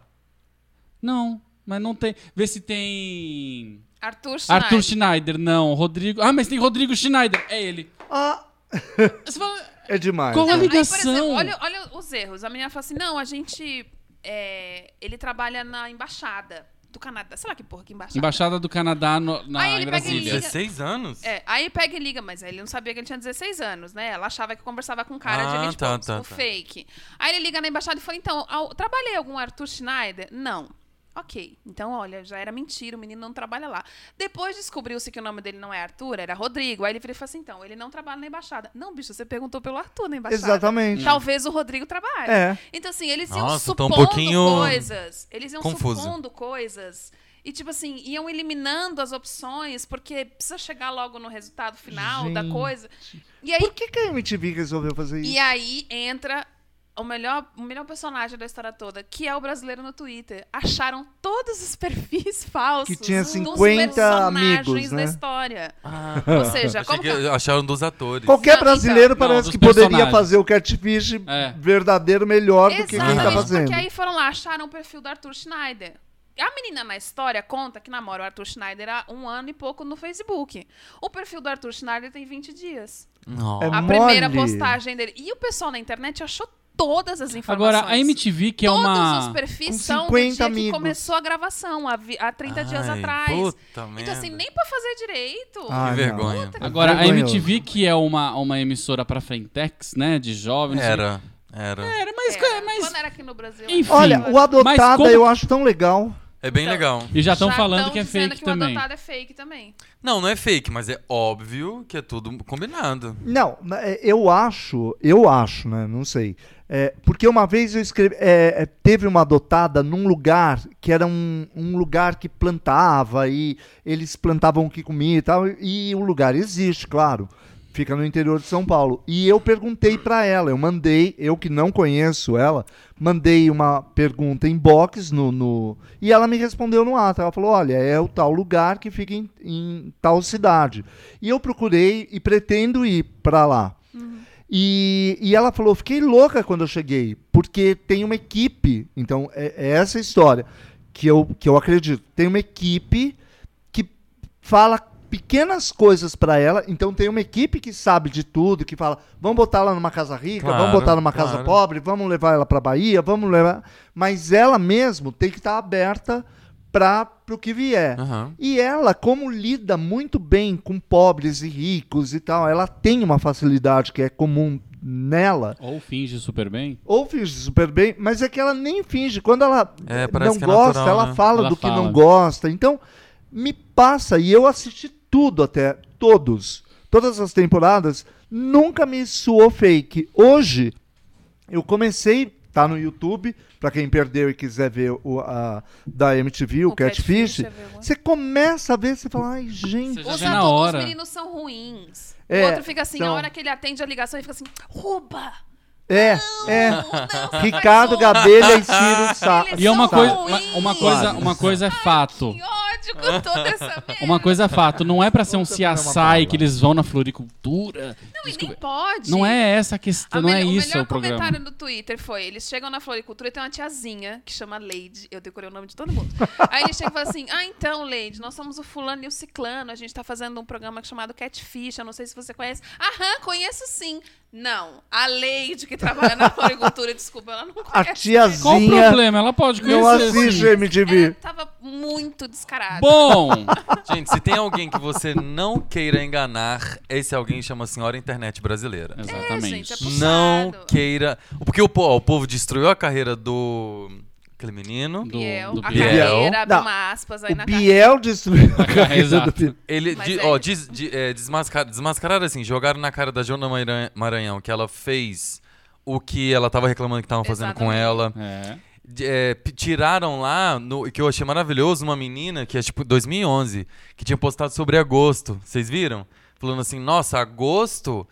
Speaker 6: Não, mas não tem... Vê se tem...
Speaker 5: Arthur Schneider.
Speaker 6: Arthur Schneider. Não, Rodrigo... Ah, mas tem Rodrigo Schneider. É ele.
Speaker 4: Ah,
Speaker 6: Você fala...
Speaker 4: é demais.
Speaker 6: Qual a
Speaker 5: Aí, por
Speaker 6: ligação?
Speaker 5: exemplo, olha, olha os erros. A menina fala assim, não, a gente... é, ele trabalha na embaixada do Canadá. Sei lá que porra que embaixada.
Speaker 6: Embaixada do Canadá no, na,
Speaker 5: Aí ele
Speaker 6: em
Speaker 5: pega e
Speaker 6: Brasília.
Speaker 5: liga.
Speaker 3: dezesseis anos?
Speaker 5: É, aí pega e liga, mas aí ele não sabia que ele tinha dezesseis anos, né? Ela achava que conversava com um cara de
Speaker 3: Ah,
Speaker 5: vinte e
Speaker 3: tá,
Speaker 5: poucos,
Speaker 3: tá,
Speaker 5: o
Speaker 3: tá.
Speaker 5: fake. Aí ele liga na embaixada e fala, então, ao- trabalhei algum Arthur Schneider? Não. Ok, então olha, já era mentira, o menino não trabalha lá. Depois descobriu-se que o nome dele não é Arthur, era Rodrigo. Aí ele vira e fala assim, então, ele não trabalha na embaixada. Não, bicho, você perguntou pelo Arthur na embaixada.
Speaker 4: Exatamente.
Speaker 5: Talvez o Rodrigo trabalhe.
Speaker 4: É.
Speaker 5: Então, assim, eles iam
Speaker 3: Nossa, tô um
Speaker 5: supondo
Speaker 3: pouquinho
Speaker 5: coisas. Eles iam
Speaker 3: confuso.
Speaker 5: supondo coisas. E, tipo assim, iam eliminando as opções, porque precisa chegar logo no resultado final da
Speaker 4: Gente.
Speaker 5: coisa. E aí,
Speaker 4: Por que, que a M T V resolveu fazer isso?
Speaker 5: e aí entra o melhor, o melhor personagem da história toda, que é o brasileiro no Twitter. Acharam todos os perfis falsos
Speaker 4: Que tinha
Speaker 5: dos
Speaker 4: cinquenta
Speaker 5: personagens
Speaker 4: amigos,
Speaker 5: da
Speaker 4: né?
Speaker 5: história.
Speaker 3: Ah,
Speaker 5: Ou seja,
Speaker 3: achei
Speaker 5: como
Speaker 3: que
Speaker 5: que...
Speaker 3: acharam dos atores.
Speaker 4: Qualquer
Speaker 5: Não,
Speaker 4: brasileiro
Speaker 5: então.
Speaker 6: Não,
Speaker 4: parece
Speaker 6: dos
Speaker 4: que poderia
Speaker 6: personagens.
Speaker 4: fazer o catfish
Speaker 6: É.
Speaker 4: verdadeiro melhor do que quem tá
Speaker 5: Exatamente,
Speaker 4: fazendo.
Speaker 5: porque aí foram lá, acharam o perfil do Arthur Schneider. A menina na história conta que namora o Arthur Schneider há um ano e pouco no Facebook. O perfil do Arthur Schneider tem vinte dias.
Speaker 3: Não.
Speaker 4: É
Speaker 5: A primeira
Speaker 4: mole.
Speaker 5: postagem dele. E o pessoal na internet achou todas as informações.
Speaker 6: Agora, a M T V, que é
Speaker 5: Todos
Speaker 6: uma...
Speaker 5: os perfis
Speaker 4: Com
Speaker 5: são do
Speaker 4: cinquenta
Speaker 5: dia
Speaker 4: amigos.
Speaker 5: que começou a gravação, há, vi- há trinta dias
Speaker 3: Ai,
Speaker 5: atrás.
Speaker 3: puta merda.
Speaker 5: Então, assim, nem pra fazer direito.
Speaker 4: Ah,
Speaker 3: Que
Speaker 4: não.
Speaker 3: vergonha.
Speaker 6: Agora, a
Speaker 4: Vergonhoso.
Speaker 6: M T V, que é uma, uma emissora pra frentex, né, de jovens...
Speaker 3: Era, era.
Speaker 6: Era, mas...
Speaker 5: Era.
Speaker 6: mas
Speaker 5: Quando era aqui no Brasil.
Speaker 6: Enfim.
Speaker 4: Olha, o Adotada
Speaker 6: como-
Speaker 4: eu acho tão legal.
Speaker 3: É bem
Speaker 5: Então,
Speaker 3: legal.
Speaker 6: E já estão
Speaker 5: Já
Speaker 6: falando
Speaker 5: tão
Speaker 6: que é
Speaker 5: dizendo
Speaker 6: fake
Speaker 5: que
Speaker 6: também.
Speaker 5: o adotado é fake também.
Speaker 3: Não, não é fake, mas é óbvio que é tudo combinado.
Speaker 4: Não, é, eu acho, eu acho, né? Não sei. É, porque uma vez eu escrevi. é, é, teve uma adotada num lugar que era um, um lugar que plantava e eles plantavam o que comia e tal. E o lugar existe, claro. Fica no interior de São Paulo. E eu perguntei pra ela, eu mandei, eu que não conheço ela, mandei uma pergunta em box no, no e ela me respondeu no ato. Ela falou: olha, é o tal lugar que fica em, em tal cidade. E eu procurei e pretendo ir pra lá. E, e ela falou: fiquei louca quando eu cheguei, porque tem uma equipe. Então, é, é essa história que eu, que eu acredito. Tem uma equipe que fala pequenas coisas pra ela. Então, tem uma equipe que sabe de tudo, que fala: vamos botar ela numa casa rica,
Speaker 3: Claro,
Speaker 4: vamos botar ela numa casa
Speaker 3: claro.
Speaker 4: pobre, vamos levar ela pra Bahia, vamos levar. Mas ela mesmo tem que estar aberta para o que vier.
Speaker 3: Aham.
Speaker 4: E ela, como lida muito bem com pobres e ricos e tal, ela tem uma facilidade que é comum nela.
Speaker 6: Ou finge super bem.
Speaker 4: Ou finge super bem, mas é que ela nem finge. Quando ela
Speaker 3: É, parece
Speaker 4: não
Speaker 3: que é
Speaker 4: gosta,
Speaker 3: natural,
Speaker 4: ela
Speaker 3: né?
Speaker 4: fala
Speaker 6: Ela
Speaker 4: do que
Speaker 6: fala.
Speaker 4: não gosta. Então, me passa, e eu assisti tudo até, todos, todas as temporadas, nunca me suou fake. Hoje, eu comecei, tá no YouTube, pra quem perdeu e quiser ver o a, da M T V, o,
Speaker 5: O
Speaker 4: Catfish,
Speaker 5: Catfish, é vergonha.
Speaker 4: você começa a ver, você fala: ai, gente...
Speaker 6: Você já
Speaker 5: Os,
Speaker 6: vê na
Speaker 5: adultos,
Speaker 6: hora.
Speaker 5: os meninos são ruins.
Speaker 4: É,
Speaker 5: o outro fica assim,
Speaker 4: então-
Speaker 5: a hora que ele atende a ligação, ele fica assim, rouba!
Speaker 4: É, é.
Speaker 5: Não, não,
Speaker 4: Ricardo
Speaker 5: faz
Speaker 4: Gadelha e Ciro Sá.
Speaker 5: Eles
Speaker 6: E é uma
Speaker 5: são
Speaker 6: coisa,
Speaker 5: ruins.
Speaker 6: uma, uma coisa, uma coisa é fato.
Speaker 5: Que ódio com toda essa merda.
Speaker 6: Uma coisa é fato, não é pra ser um
Speaker 4: Vamos tomar uma
Speaker 6: C S I
Speaker 4: bala.
Speaker 6: que eles vão na floricultura.
Speaker 5: Não, e
Speaker 6: Desculpa.
Speaker 5: nem pode.
Speaker 6: Não é essa a questão,
Speaker 5: A
Speaker 6: não é
Speaker 5: mel-
Speaker 6: isso
Speaker 5: o melhor
Speaker 6: o programa.
Speaker 5: comentário no Twitter foi, eles chegam na floricultura e tem uma tiazinha que chama Lady, eu decorei o nome de todo mundo. Aí eles chegam e falam assim: ah, então, Lady, nós somos o fulano e o ciclano, a gente tá fazendo um programa chamado Catfish, eu não sei se você conhece. Aham, conheço sim. Não, a Lady que trabalha na floricultura, desculpa, ela não conhece.
Speaker 4: A tiazinha
Speaker 6: Qual o problema? Ela pode
Speaker 4: não
Speaker 6: conhecer.
Speaker 4: assiste
Speaker 6: sim.
Speaker 4: M T V.
Speaker 5: Ela tava muito descarada.
Speaker 6: Bom,
Speaker 3: Gente, se tem alguém que você não queira enganar, esse alguém chama a Senhora Internet Brasileira.
Speaker 6: exatamente.
Speaker 5: gente, é puxado.
Speaker 3: Não queira... Porque o, po- ó, o povo destruiu a carreira do... Aquele menino.
Speaker 6: Do-
Speaker 5: Biel,
Speaker 6: do
Speaker 5: a
Speaker 6: Biel.
Speaker 5: carreira, abre
Speaker 4: Não,
Speaker 5: uma aspas aí
Speaker 4: O
Speaker 5: na carreira.
Speaker 4: Biel destruiu a carreira
Speaker 6: Exato.
Speaker 4: do Biel.
Speaker 3: Ele,
Speaker 5: Mas
Speaker 3: de-
Speaker 5: é
Speaker 3: ó,
Speaker 5: isso.
Speaker 3: des, de, é, desmascar, desmascararam assim, jogaram na cara da Jona Maran- Maranhão que ela fez o que ela tava reclamando que estavam fazendo com ela.
Speaker 6: É.
Speaker 3: De- é, p- tiraram lá, no, que eu achei maravilhoso, uma menina que é tipo dois mil e onze, que tinha postado sobre agosto. Vocês viram? Falando assim, nossa, agosto...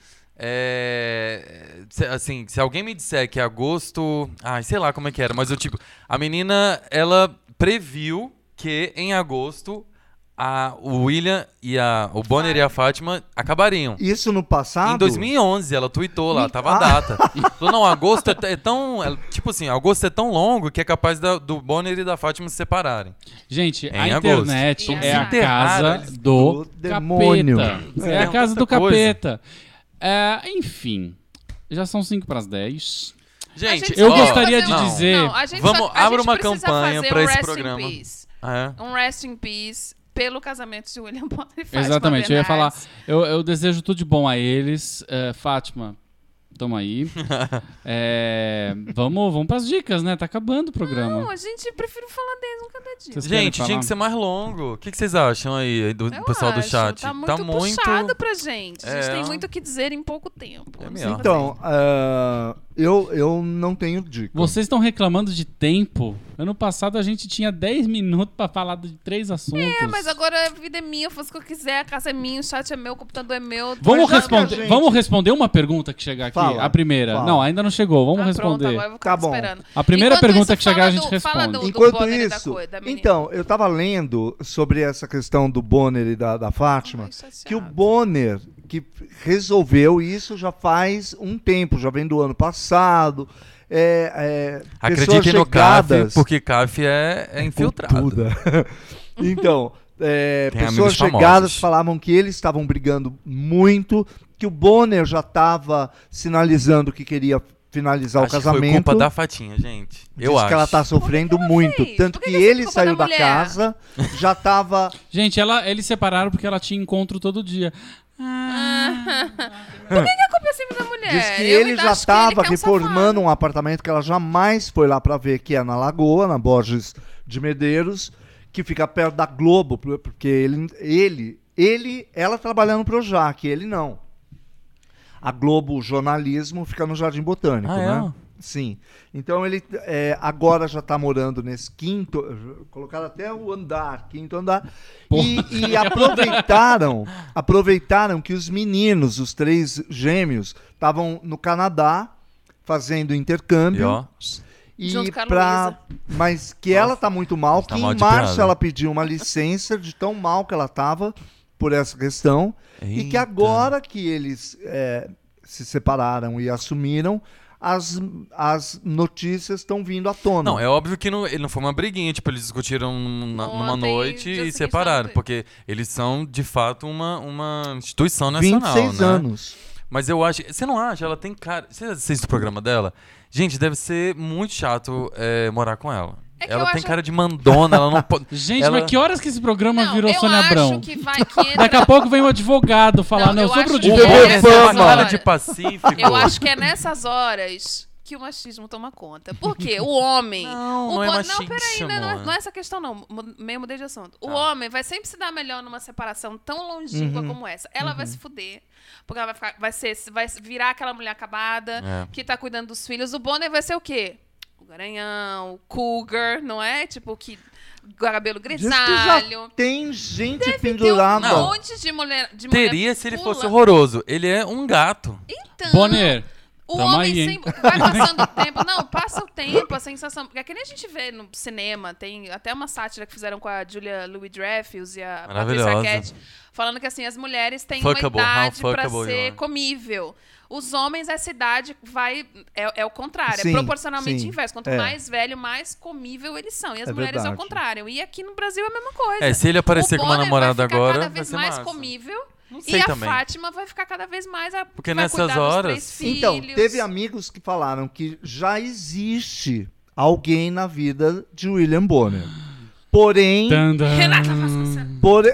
Speaker 3: É, se- assim, se alguém me disser que agosto... Ai, sei lá como é que era, mas eu tipo... A menina, ela previu que em agosto a, o William e a... O Bonner e a Fátima acabariam.
Speaker 4: Isso no passado?
Speaker 3: Em dois mil e onze, ela tweetou lá,
Speaker 4: Me-
Speaker 3: tava a
Speaker 4: Ah.
Speaker 3: data. Falou, não, agosto é, t- é tão... é- tipo assim, agosto é tão longo que é capaz da- do Bonner e da Fátima se separarem.
Speaker 6: Gente,
Speaker 3: Em
Speaker 6: a
Speaker 3: agosto.
Speaker 6: internet
Speaker 5: Eles
Speaker 6: é a
Speaker 3: enterraram,
Speaker 6: casa
Speaker 3: eles-
Speaker 6: do,
Speaker 4: do demônio.
Speaker 6: capeta. É
Speaker 3: É
Speaker 6: a casa do
Speaker 3: outra coisa.
Speaker 6: capeta. É, enfim, já são cinco para as dez.
Speaker 3: Gente,
Speaker 5: A gente
Speaker 6: eu
Speaker 5: só
Speaker 6: gostaria
Speaker 5: fazer
Speaker 6: de
Speaker 5: um-
Speaker 6: dizer-
Speaker 5: Não, a gente
Speaker 3: Vamos-
Speaker 5: só- a
Speaker 3: abra
Speaker 5: gente
Speaker 3: uma
Speaker 5: precisa
Speaker 3: campanha
Speaker 5: fazer
Speaker 3: pra
Speaker 5: um
Speaker 3: esse
Speaker 5: rest in
Speaker 3: programa.
Speaker 5: peace.
Speaker 3: Ah, é?
Speaker 5: Um rest in peace pelo casamento de William Bonner e Fátima
Speaker 6: Exatamente, eu ia falar.
Speaker 5: Bernardes.
Speaker 6: Eu, eu desejo tudo de bom a eles. É, Fátima, tamo aí. É, vamos, vamos pras dicas, né? Tá acabando o programa.
Speaker 5: Não, a gente prefere falar deles um cada dia.
Speaker 6: Vocês querem
Speaker 3: Gente, tinha
Speaker 6: falar?
Speaker 3: que ser mais longo. O que, que vocês acham aí do
Speaker 5: Eu
Speaker 3: pessoal do
Speaker 5: acho,
Speaker 3: chat?
Speaker 5: Tá muito, puxado pra gente. A gente
Speaker 3: É.
Speaker 5: tem muito o que dizer em pouco tempo.
Speaker 3: É
Speaker 5: Não
Speaker 3: mesmo.
Speaker 5: sei
Speaker 4: Então, ah, eu, eu não tenho dica.
Speaker 6: Vocês estão reclamando de tempo? Ano passado a gente tinha dez minutos pra falar de três assuntos.
Speaker 5: É, mas agora a vida é minha, eu faço o que eu quiser, a casa é minha, o chat é meu, o computador é meu.
Speaker 6: Vamos,
Speaker 4: Mas já que a
Speaker 6: responder,
Speaker 4: gente-
Speaker 6: vamos responder uma pergunta que chegar aqui?
Speaker 4: Fala,
Speaker 6: a primeira.
Speaker 4: fala.
Speaker 6: Não, ainda não chegou. Vamos
Speaker 5: Ah,
Speaker 6: responder.
Speaker 5: Pronto, agora eu vou ficar
Speaker 4: Tá bom.
Speaker 5: esperando.
Speaker 6: A primeira
Speaker 5: Enquanto
Speaker 6: pergunta
Speaker 5: isso,
Speaker 6: que chegar,
Speaker 5: fala
Speaker 6: a gente
Speaker 5: do- fala
Speaker 6: responde.
Speaker 5: do- do
Speaker 4: Enquanto
Speaker 5: Bonner e da
Speaker 4: isso,
Speaker 5: coi- da menina.
Speaker 4: então, eu tava lendo sobre essa questão do Bonner e da, da Fátima,
Speaker 5: Ai, chateado.
Speaker 4: que o Bonner, que resolveu, e isso já faz um tempo, já vem do ano passado, é, é,
Speaker 3: Acreditem
Speaker 4: pessoas
Speaker 3: no C A F,
Speaker 4: chegadas...
Speaker 3: porque C A F é, é infiltrado.
Speaker 4: Cultura. Então, é,
Speaker 3: Tem
Speaker 4: pessoas
Speaker 3: amigos
Speaker 4: chegadas
Speaker 3: famosos.
Speaker 4: falavam que eles estavam brigando muito, que o Bonner já estava sinalizando que queria finalizar
Speaker 3: Acho
Speaker 4: o
Speaker 3: que foi
Speaker 4: casamento.
Speaker 3: culpa da Fatinha, gente. Eu
Speaker 4: Diz
Speaker 3: acho.
Speaker 4: que ela tá sofrendo
Speaker 5: ela
Speaker 4: muito.
Speaker 5: fez?
Speaker 4: Tanto
Speaker 5: Por que
Speaker 4: que,
Speaker 5: que isso é
Speaker 4: ele
Speaker 5: culpa
Speaker 4: saiu
Speaker 5: da
Speaker 4: da
Speaker 5: mulher?
Speaker 4: casa, já tava...
Speaker 6: Gente, ela, eles separaram porque ela tinha encontro todo dia. Ah,
Speaker 5: Por que, que a culpa é sempre da mulher?
Speaker 4: Diz que
Speaker 5: Eu
Speaker 4: ele
Speaker 5: ainda
Speaker 4: já
Speaker 5: acho que ele
Speaker 4: estava
Speaker 5: que é um
Speaker 4: reformando
Speaker 5: safado.
Speaker 4: um apartamento que ela jamais foi lá para ver, que é na Lagoa, na Borges de Medeiros, que fica perto da Globo, porque ele, ele, ele ela trabalhando no Projac, ele não. A Globo Jornalismo fica no Jardim Botânico,
Speaker 3: Ah,
Speaker 4: né?
Speaker 3: é?
Speaker 4: Sim. Então ele é, agora já está morando nesse quinto, colocaram até o andar, quinto andar, e, e aproveitaram, aproveitaram que os meninos, os três gêmeos, estavam no Canadá fazendo
Speaker 3: E,
Speaker 4: intercâmbio.
Speaker 3: ó,
Speaker 4: E
Speaker 5: Junto com a
Speaker 4: pra...
Speaker 5: Luísa.
Speaker 4: Mas que ela tá muito mal,
Speaker 3: Tá
Speaker 4: que
Speaker 3: mal
Speaker 4: em
Speaker 3: de
Speaker 4: março
Speaker 3: piada.
Speaker 4: ela pediu uma licença de tão mal que ela tava por essa questão. E que
Speaker 3: Eita.
Speaker 4: agora que eles é, se separaram e assumiram, as, as notícias estão vindo à tona.
Speaker 3: Não, é óbvio que não, ele não foi uma briguinha, tipo, eles discutiram na- numa
Speaker 5: Ontem,
Speaker 3: noite
Speaker 5: dia
Speaker 3: e
Speaker 5: seguinte,
Speaker 3: separaram,
Speaker 5: ontem.
Speaker 3: porque eles são, de fato, uma, uma instituição
Speaker 4: vinte e
Speaker 3: nacional,
Speaker 4: seis
Speaker 3: né?
Speaker 4: anos.
Speaker 3: Mas eu acho... Você não acha? Ela tem cara... Você assiste o programa dela? Gente, deve ser muito chato é, morar com ela.
Speaker 5: É que
Speaker 3: ela
Speaker 5: eu
Speaker 3: tem
Speaker 5: acho-
Speaker 3: cara de mandona, ela não pode...
Speaker 6: gente,
Speaker 3: ela...
Speaker 6: mas que horas que esse programa
Speaker 5: Não,
Speaker 6: virou
Speaker 5: eu
Speaker 6: Sônia
Speaker 5: acho
Speaker 6: Abrão?
Speaker 5: que vai... Que entra...
Speaker 6: Daqui a pouco vem um advogado falar,
Speaker 5: Não,
Speaker 6: não,
Speaker 5: eu
Speaker 6: sobre
Speaker 5: acho
Speaker 6: o
Speaker 5: que
Speaker 3: O
Speaker 4: Bebê
Speaker 5: é
Speaker 3: Bonner
Speaker 5: nessas
Speaker 3: tem uma
Speaker 4: fama.
Speaker 3: cara
Speaker 5: horas-
Speaker 3: de pacífico.
Speaker 5: Eu acho que é nessas horas que o machismo toma conta. Por quê? O homem...
Speaker 3: Não,
Speaker 5: o
Speaker 3: não é
Speaker 5: bo-
Speaker 3: machismo,
Speaker 5: Não, peraí, não, é- não é,
Speaker 3: amor.
Speaker 5: não é essa questão não. Mu- Meio mudei de assunto. O
Speaker 3: Tá.
Speaker 5: homem vai sempre se dar melhor numa separação tão longínqua
Speaker 4: Uhum.
Speaker 5: como essa. Ela vai se fuder. Porque ela vai, ficar, vai, ser, vai virar aquela mulher acabada,
Speaker 3: É.
Speaker 5: que tá cuidando dos filhos. O Bonner vai ser o quê? O garanhão, o cougar, não é? Tipo, que... cabelo
Speaker 4: Diz que já
Speaker 5: grisalho.
Speaker 4: tem gente
Speaker 5: Tem um
Speaker 4: pendurada.
Speaker 3: Não.
Speaker 5: monte de mulher... De mulher
Speaker 3: Teria se ele
Speaker 5: pula.
Speaker 3: fosse horroroso. Ele é um gato.
Speaker 5: Então,
Speaker 6: Bonner,
Speaker 5: o
Speaker 6: tamo
Speaker 5: homem
Speaker 6: aí, hein?
Speaker 5: sempre vai passando o tempo. Não, passa o tempo, a sensação. Porque é que nem a gente vê no cinema, tem até uma sátira que fizeram com a Julia Louis-Dreyfus e a Patricia
Speaker 3: Maravilhosa.
Speaker 5: Arquette, falando que assim, as mulheres têm
Speaker 3: Fuckable,
Speaker 5: uma
Speaker 3: how
Speaker 5: idade pra
Speaker 3: fuckable you
Speaker 5: ser
Speaker 3: are.
Speaker 5: comível. Os homens, essa idade vai. É, é o contrário,
Speaker 4: Sim,
Speaker 5: é proporcionalmente
Speaker 4: sim,
Speaker 5: inverso. Quanto
Speaker 4: é.
Speaker 5: mais velho, mais comível eles são. E as
Speaker 4: É
Speaker 5: mulheres é o
Speaker 4: verdade.
Speaker 5: contrário. E aqui no Brasil é a mesma coisa.
Speaker 3: É, se ele aparecer
Speaker 5: O
Speaker 3: com uma
Speaker 5: Bonner
Speaker 3: namorada
Speaker 5: vai ficar
Speaker 3: agora,
Speaker 5: cada
Speaker 3: vai
Speaker 5: vez
Speaker 3: ser
Speaker 5: mais
Speaker 3: massa.
Speaker 5: comível.
Speaker 3: Não
Speaker 5: E
Speaker 3: sei
Speaker 5: a
Speaker 3: também.
Speaker 5: Fátima vai ficar cada vez mais. A,
Speaker 3: Porque
Speaker 5: vai
Speaker 3: nessas
Speaker 5: cuidar dos
Speaker 3: horas-
Speaker 5: três filhos.
Speaker 4: Então, teve amigos que falaram que já existe alguém na vida de William Bonner. Porém,
Speaker 6: Tan, tan.
Speaker 5: Renata Vasconcelos.
Speaker 4: porém,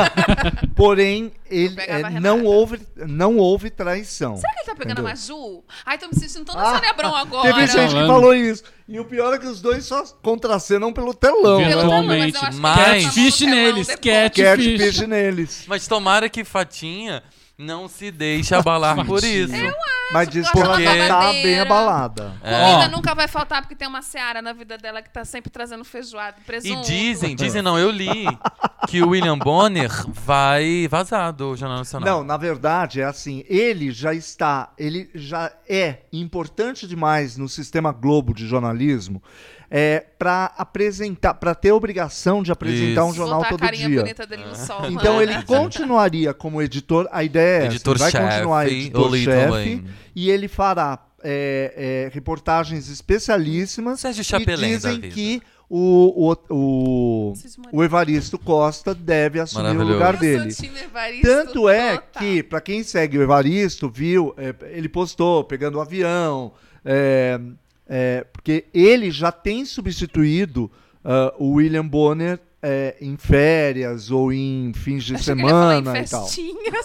Speaker 4: porém ele,
Speaker 5: pegava
Speaker 4: é,
Speaker 5: a Renata.
Speaker 4: não, houve, não houve traição.
Speaker 5: Será que ele tá pegando
Speaker 4: Entendeu?
Speaker 5: a Maju? Ai, tô me sentindo toda
Speaker 4: Ah,
Speaker 5: Sônia Abrão agora.
Speaker 4: Teve gente que
Speaker 6: Falando.
Speaker 4: falou isso. E o pior é que os dois só contracenam pelo telão.
Speaker 6: Pelo
Speaker 4: Né?
Speaker 5: telão, mas
Speaker 6: Virtualmente.
Speaker 5: eu acho que
Speaker 3: Mas-
Speaker 5: ele tá
Speaker 6: Catfish
Speaker 5: no telão
Speaker 6: neles,
Speaker 5: depois.
Speaker 6: catfish.
Speaker 4: Catfish neles.
Speaker 3: Mas tomara que Fatinha não se deixe abalar por isso.
Speaker 4: Mas diz que
Speaker 5: Porque-
Speaker 4: ela já tá bem abalada.
Speaker 5: Comida
Speaker 6: Ó.
Speaker 5: nunca vai faltar, porque tem uma Seara na vida dela que tá sempre trazendo feijoada,
Speaker 3: E
Speaker 5: presunto.
Speaker 3: dizem, dizem não, eu li que o William Bonner vai vazar do Jornal Nacional.
Speaker 4: Não, na verdade é assim, ele já está, ele já é importante demais no sistema Globo de jornalismo é, para apresentar, para ter a obrigação de apresentar um
Speaker 3: Isso.
Speaker 4: jornal
Speaker 5: Botar a
Speaker 4: todo
Speaker 5: carinha
Speaker 4: dia.
Speaker 5: bonita dele no sol.
Speaker 4: Então
Speaker 5: né?
Speaker 4: ele continuaria como editor, a ideia é essa,
Speaker 3: Editor
Speaker 4: ele vai
Speaker 3: chefe,
Speaker 4: continuar
Speaker 3: o
Speaker 4: editor-chefe
Speaker 3: Lane.
Speaker 4: e ele fará é, é, reportagens especialíssimas
Speaker 3: Sérgio
Speaker 4: e
Speaker 3: Chapelin da
Speaker 4: dizem
Speaker 3: vida.
Speaker 4: que o, o, o,
Speaker 5: Cismo Moreira.
Speaker 4: o Evaristo Costa deve assumir o
Speaker 3: Maravilhoso.
Speaker 4: lugar
Speaker 5: Eu
Speaker 4: dele.
Speaker 5: sou time Evaristo
Speaker 4: Tanto é
Speaker 5: total.
Speaker 4: que, pra quem segue o Evaristo, viu, é, ele postou pegando o avião, é, é, porque ele já tem substituído ah, o William Bonner é, em férias ou em fins de
Speaker 5: Achei que ele ia falar em
Speaker 4: semana e tal.
Speaker 5: festinhas.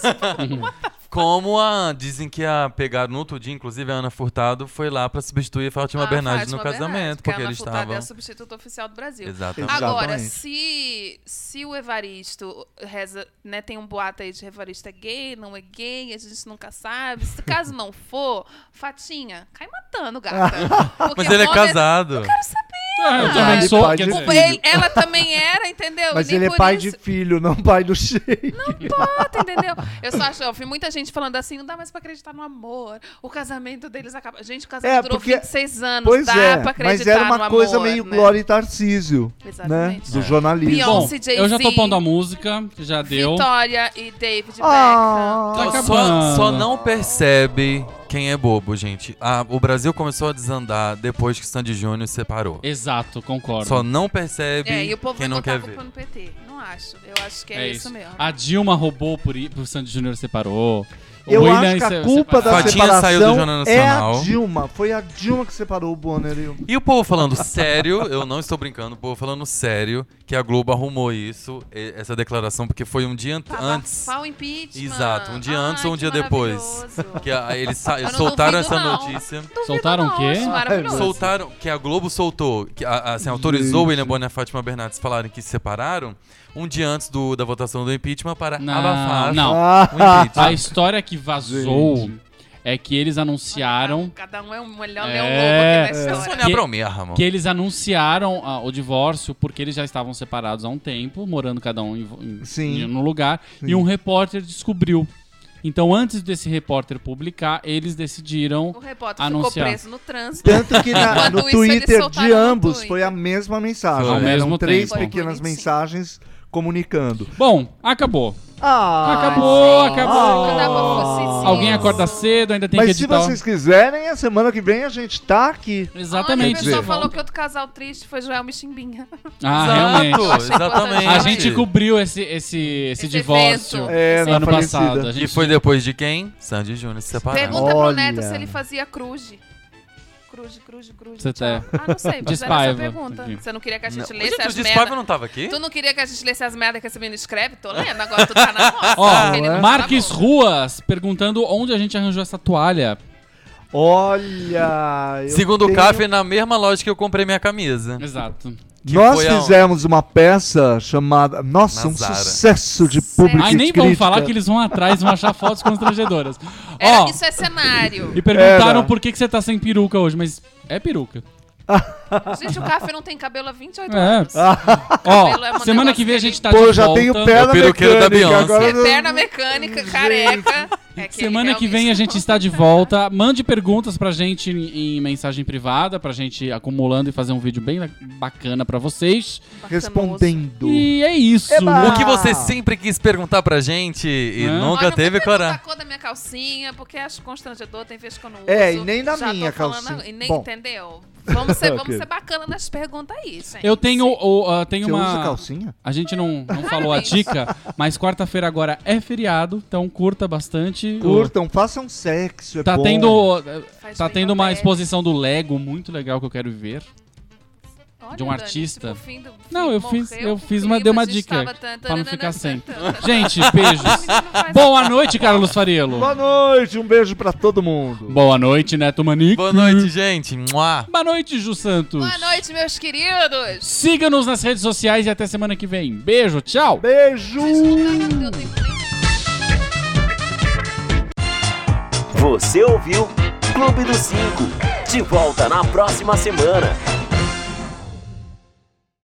Speaker 3: Como a, dizem que a pegaram no outro dia, inclusive a Ana Furtado foi lá pra substituir a Fátima
Speaker 5: Ah,
Speaker 3: Bernardes
Speaker 5: Fátima
Speaker 3: no
Speaker 5: Bernardes,
Speaker 3: casamento,
Speaker 5: porque
Speaker 3: porque
Speaker 5: a Ana
Speaker 3: eles
Speaker 5: Furtado é
Speaker 3: estavam...
Speaker 5: a substituta oficial do Brasil.
Speaker 3: Exatamente.
Speaker 5: Agora,
Speaker 4: Exatamente.
Speaker 5: se, se o Evaristo reza, né, tem um boato aí de Evaristo é gay, não é gay, a gente nunca sabe. Se caso não for, Fatinha, cai matando, gata. Porque
Speaker 3: Mas ele é
Speaker 5: Bonner-
Speaker 3: casado.
Speaker 5: Eu quero saber.
Speaker 6: Ah, eu
Speaker 4: Ah,
Speaker 6: também
Speaker 4: ele
Speaker 6: sou.
Speaker 4: pai
Speaker 6: quer
Speaker 4: de
Speaker 6: dizer,
Speaker 5: O- ele- ela também era, entendeu?
Speaker 4: Mas
Speaker 5: E nem
Speaker 4: ele é
Speaker 5: por
Speaker 4: pai
Speaker 5: isso-
Speaker 4: de filho, não pai do Sheik.
Speaker 5: Bota, entendeu? Eu só acho, eu vi muita gente falando assim, não dá mais pra acreditar no amor. O casamento deles acaba. Gente, o casamento
Speaker 4: É,
Speaker 5: durou
Speaker 4: porque-
Speaker 5: vinte e seis anos,
Speaker 4: Pois
Speaker 5: dá
Speaker 4: é,
Speaker 5: pra acreditar
Speaker 4: mas era uma
Speaker 5: no
Speaker 4: coisa
Speaker 5: amor,
Speaker 4: meio
Speaker 5: né?
Speaker 4: Glória e Tarcísio, né?
Speaker 5: Exatamente.
Speaker 4: Do
Speaker 3: É.
Speaker 4: jornalismo.
Speaker 5: Beyoncé,
Speaker 6: Bom,
Speaker 5: Jay-Z,
Speaker 6: eu já tô pondo a música, que já deu.
Speaker 5: Vitória e David
Speaker 4: Ah.
Speaker 5: Beckham.
Speaker 6: Tá
Speaker 3: Só,
Speaker 6: acabando.
Speaker 3: só não percebe quem é bobo, gente. Ah, o Brasil começou a desandar depois que Sandy Júnior se separou.
Speaker 6: Exato, concordo.
Speaker 3: Só não percebe
Speaker 5: É, e o povo
Speaker 3: quem
Speaker 5: vai
Speaker 3: não
Speaker 5: botar a
Speaker 3: quer ver.
Speaker 5: culpa no P T. Não acho. Eu acho que é,
Speaker 6: É
Speaker 5: isso.
Speaker 6: isso.
Speaker 5: mesmo.
Speaker 6: A Dilma roubou por, i- por Sandy Júnior separou. O
Speaker 4: Eu
Speaker 6: William
Speaker 4: acho que a
Speaker 6: se-
Speaker 4: culpa da
Speaker 6: separado.
Speaker 3: Fatinha saiu do
Speaker 4: separação
Speaker 3: Jornal
Speaker 4: é
Speaker 3: Nacional.
Speaker 4: a Dilma. Foi a Dilma que separou o Bonner e o...
Speaker 3: E o povo falando sério, eu não estou brincando, o povo falando sério que a Globo arrumou isso, e- essa declaração, porque foi um dia ant-
Speaker 5: Pra
Speaker 3: antes.
Speaker 5: abafar o impeachment.
Speaker 3: Exato, um dia
Speaker 5: Ai,
Speaker 3: antes ou um
Speaker 5: que
Speaker 3: dia depois.
Speaker 5: maravilhoso.
Speaker 3: Que a- eles sa-
Speaker 5: Eu não
Speaker 3: soltaram
Speaker 5: duvido,
Speaker 3: essa
Speaker 5: não.
Speaker 3: notícia.
Speaker 5: Duvido
Speaker 6: Soltaram
Speaker 5: não,
Speaker 6: o quê?
Speaker 5: acho maravilhoso.
Speaker 3: Soltaram, que a Globo soltou, que a- assim, autorizou o William Bonner e a Fátima Bernardes falarem que se separaram um dia antes do, da votação do impeachment para
Speaker 6: Não,
Speaker 3: abafar
Speaker 6: não.
Speaker 3: o
Speaker 4: Ah,
Speaker 3: impeachment.
Speaker 6: A história que vazou é que eles anunciaram
Speaker 5: Cada um é um melhor
Speaker 6: É.
Speaker 5: leão lobo aqui na
Speaker 3: É
Speaker 5: história.
Speaker 3: Sônia Abrão mesmo.
Speaker 6: que eles anunciaram ah, o divórcio porque eles já estavam separados há um tempo, morando cada um em, em,
Speaker 4: Sim.
Speaker 6: em um lugar,
Speaker 4: Sim.
Speaker 6: e um repórter descobriu. Então, antes desse repórter publicar, eles decidiram
Speaker 5: O repórter
Speaker 6: anunciar.
Speaker 5: ficou preso no trânsito.
Speaker 4: Tanto que na-
Speaker 5: Enquanto
Speaker 4: no
Speaker 5: isso, eles
Speaker 4: Twitter
Speaker 5: soltaram
Speaker 4: de
Speaker 5: no
Speaker 4: ambos
Speaker 5: Twitter.
Speaker 4: foi a mesma mensagem.
Speaker 3: Ao
Speaker 4: Eram
Speaker 6: mesmo
Speaker 4: três
Speaker 6: tempo.
Speaker 4: pequenas
Speaker 5: Foi bonitinho.
Speaker 4: mensagens comunicando.
Speaker 6: Bom, acabou.
Speaker 4: Ah,
Speaker 6: acabou,
Speaker 5: gente,
Speaker 6: acabou.
Speaker 5: não dá pra fosse isso.
Speaker 6: Alguém acorda cedo, ainda tem
Speaker 4: Mas
Speaker 6: que
Speaker 4: se
Speaker 6: editar.
Speaker 4: vocês quiserem, a semana que vem a gente tá aqui.
Speaker 6: Exatamente.
Speaker 5: Olha, o pessoal
Speaker 4: Quer
Speaker 5: falou que outro casal triste foi Joel Michimbinha.
Speaker 6: Ah,
Speaker 3: Exato,
Speaker 6: realmente.
Speaker 5: Eu achei
Speaker 3: exatamente.
Speaker 5: importante.
Speaker 6: A gente cobriu esse, esse, esse,
Speaker 5: Esse
Speaker 6: divórcio
Speaker 5: evento.
Speaker 4: É, na
Speaker 6: ano
Speaker 4: falecida.
Speaker 6: passado. A
Speaker 3: E
Speaker 6: gente
Speaker 3: foi depois de quem? Sandy Júnior se separaram.
Speaker 5: Pergunta pro
Speaker 4: Olha.
Speaker 5: Neto se ele fazia cruze. Cruze, cruze, cruze.
Speaker 6: Você
Speaker 5: tchau.
Speaker 6: tá-
Speaker 5: Ah, não sei, mas era essa
Speaker 6: Despaiva.
Speaker 5: pergunta.
Speaker 6: Aqui.
Speaker 5: Você não queria que a gente
Speaker 3: Não.
Speaker 5: lesse
Speaker 3: Gente, o
Speaker 5: as
Speaker 3: Despaiva
Speaker 5: merda?
Speaker 3: não tava aqui?
Speaker 5: Tu não queria que a gente lesse as merdas que esse menino escreve? Tô lendo, agora tu tá na roça.
Speaker 6: Ó,
Speaker 5: porque ele não
Speaker 6: Marques
Speaker 5: tá bom.
Speaker 6: Ruas perguntando onde a gente arranjou essa toalha.
Speaker 4: Olha. eu
Speaker 3: Segundo o
Speaker 4: tenho-
Speaker 3: Café, na mesma loja que eu comprei minha camisa.
Speaker 6: Exato.
Speaker 3: que
Speaker 4: Nós
Speaker 3: foi a-
Speaker 4: fizemos uma peça chamada. Nossa,
Speaker 3: Na
Speaker 4: um
Speaker 3: Zara.
Speaker 4: sucesso de público.
Speaker 6: Ai, nem
Speaker 4: e
Speaker 6: vamos
Speaker 4: crítica.
Speaker 6: falar que eles vão atrás, vão achar fotos constrangedoras.
Speaker 5: Era-
Speaker 6: Ó,
Speaker 5: Isso é cenário.
Speaker 6: e perguntaram
Speaker 4: Era.
Speaker 6: por que, que você tá sem peruca hoje, mas é peruca.
Speaker 5: Gente, o Café não tem cabelo há vinte e oito
Speaker 6: É.
Speaker 5: anos.
Speaker 6: Ó,
Speaker 5: Cabelo é um
Speaker 6: semana
Speaker 5: negócio
Speaker 6: que vem a
Speaker 5: que
Speaker 6: gente tá
Speaker 4: Pô,
Speaker 6: de
Speaker 4: eu já
Speaker 6: volta.
Speaker 4: tenho
Speaker 3: É
Speaker 4: perna
Speaker 3: o peruqueiro da
Speaker 4: mecânica.
Speaker 3: Beyoncé.
Speaker 4: Agora
Speaker 5: É
Speaker 4: eu-
Speaker 5: perna mecânica, careca. É que
Speaker 6: Semana
Speaker 5: ele
Speaker 6: que vem a gente está de volta. Mande perguntas pra gente em, em mensagem privada, pra gente ir acumulando e fazer um vídeo bem bacana pra vocês.
Speaker 4: Respondendo.
Speaker 6: E é isso.
Speaker 4: Eba!
Speaker 3: O que você sempre quis perguntar pra gente e
Speaker 6: Hã?
Speaker 3: nunca
Speaker 5: Olha,
Speaker 3: teve
Speaker 5: não
Speaker 3: coragem.
Speaker 5: a cor da minha calcinha, porque acho constrangedor, tem vezes que eu não uso.
Speaker 4: É, e nem da
Speaker 5: Já tô
Speaker 4: minha
Speaker 5: falando-
Speaker 4: calcinha.
Speaker 5: E nem,
Speaker 4: Bom.
Speaker 5: entendeu? Vamos ser, vamos
Speaker 4: Ok.
Speaker 5: ser bacana nas perguntas aí, gente.
Speaker 6: Eu tenho, o, ah, tenho
Speaker 4: Você
Speaker 6: uma.
Speaker 4: usa calcinha?
Speaker 6: A gente não, não falou a dica, mas quarta-feira agora é feriado, então curta bastante. O-
Speaker 4: Curtam, façam sexo. É
Speaker 6: Tá
Speaker 4: bom.
Speaker 6: tendo,
Speaker 5: Faz
Speaker 6: tá
Speaker 5: bem
Speaker 6: tendo
Speaker 5: pra
Speaker 6: uma
Speaker 5: pele.
Speaker 6: exposição do Lego muito legal que eu quero ver.
Speaker 5: Olha,
Speaker 6: de um
Speaker 5: Dani,
Speaker 6: artista.
Speaker 5: tipo, o fim do-
Speaker 6: Não, eu
Speaker 5: morreu,
Speaker 6: fiz- eu
Speaker 5: o
Speaker 6: fiz uma-
Speaker 5: clima,
Speaker 6: dei uma
Speaker 5: a gente
Speaker 6: dica
Speaker 5: tava tan-
Speaker 6: pra não ficar sem.
Speaker 5: tan- tan- tan-
Speaker 6: Gente, beijos.
Speaker 5: Menino faz-
Speaker 6: Boa noite, Carlos Fariello.
Speaker 4: Boa noite, um beijo pra todo mundo.
Speaker 6: Boa noite, Neto Manique.
Speaker 3: Boa noite, gente. Mua.
Speaker 6: Boa noite, Ju Santos.
Speaker 5: Boa noite, meus queridos.
Speaker 6: Siga-nos nas redes sociais e até semana que vem. Beijo, tchau.
Speaker 4: Beijo!
Speaker 5: Não deu tempo nem-
Speaker 2: Você ouviu Clube dos Cinco. De volta na próxima semana.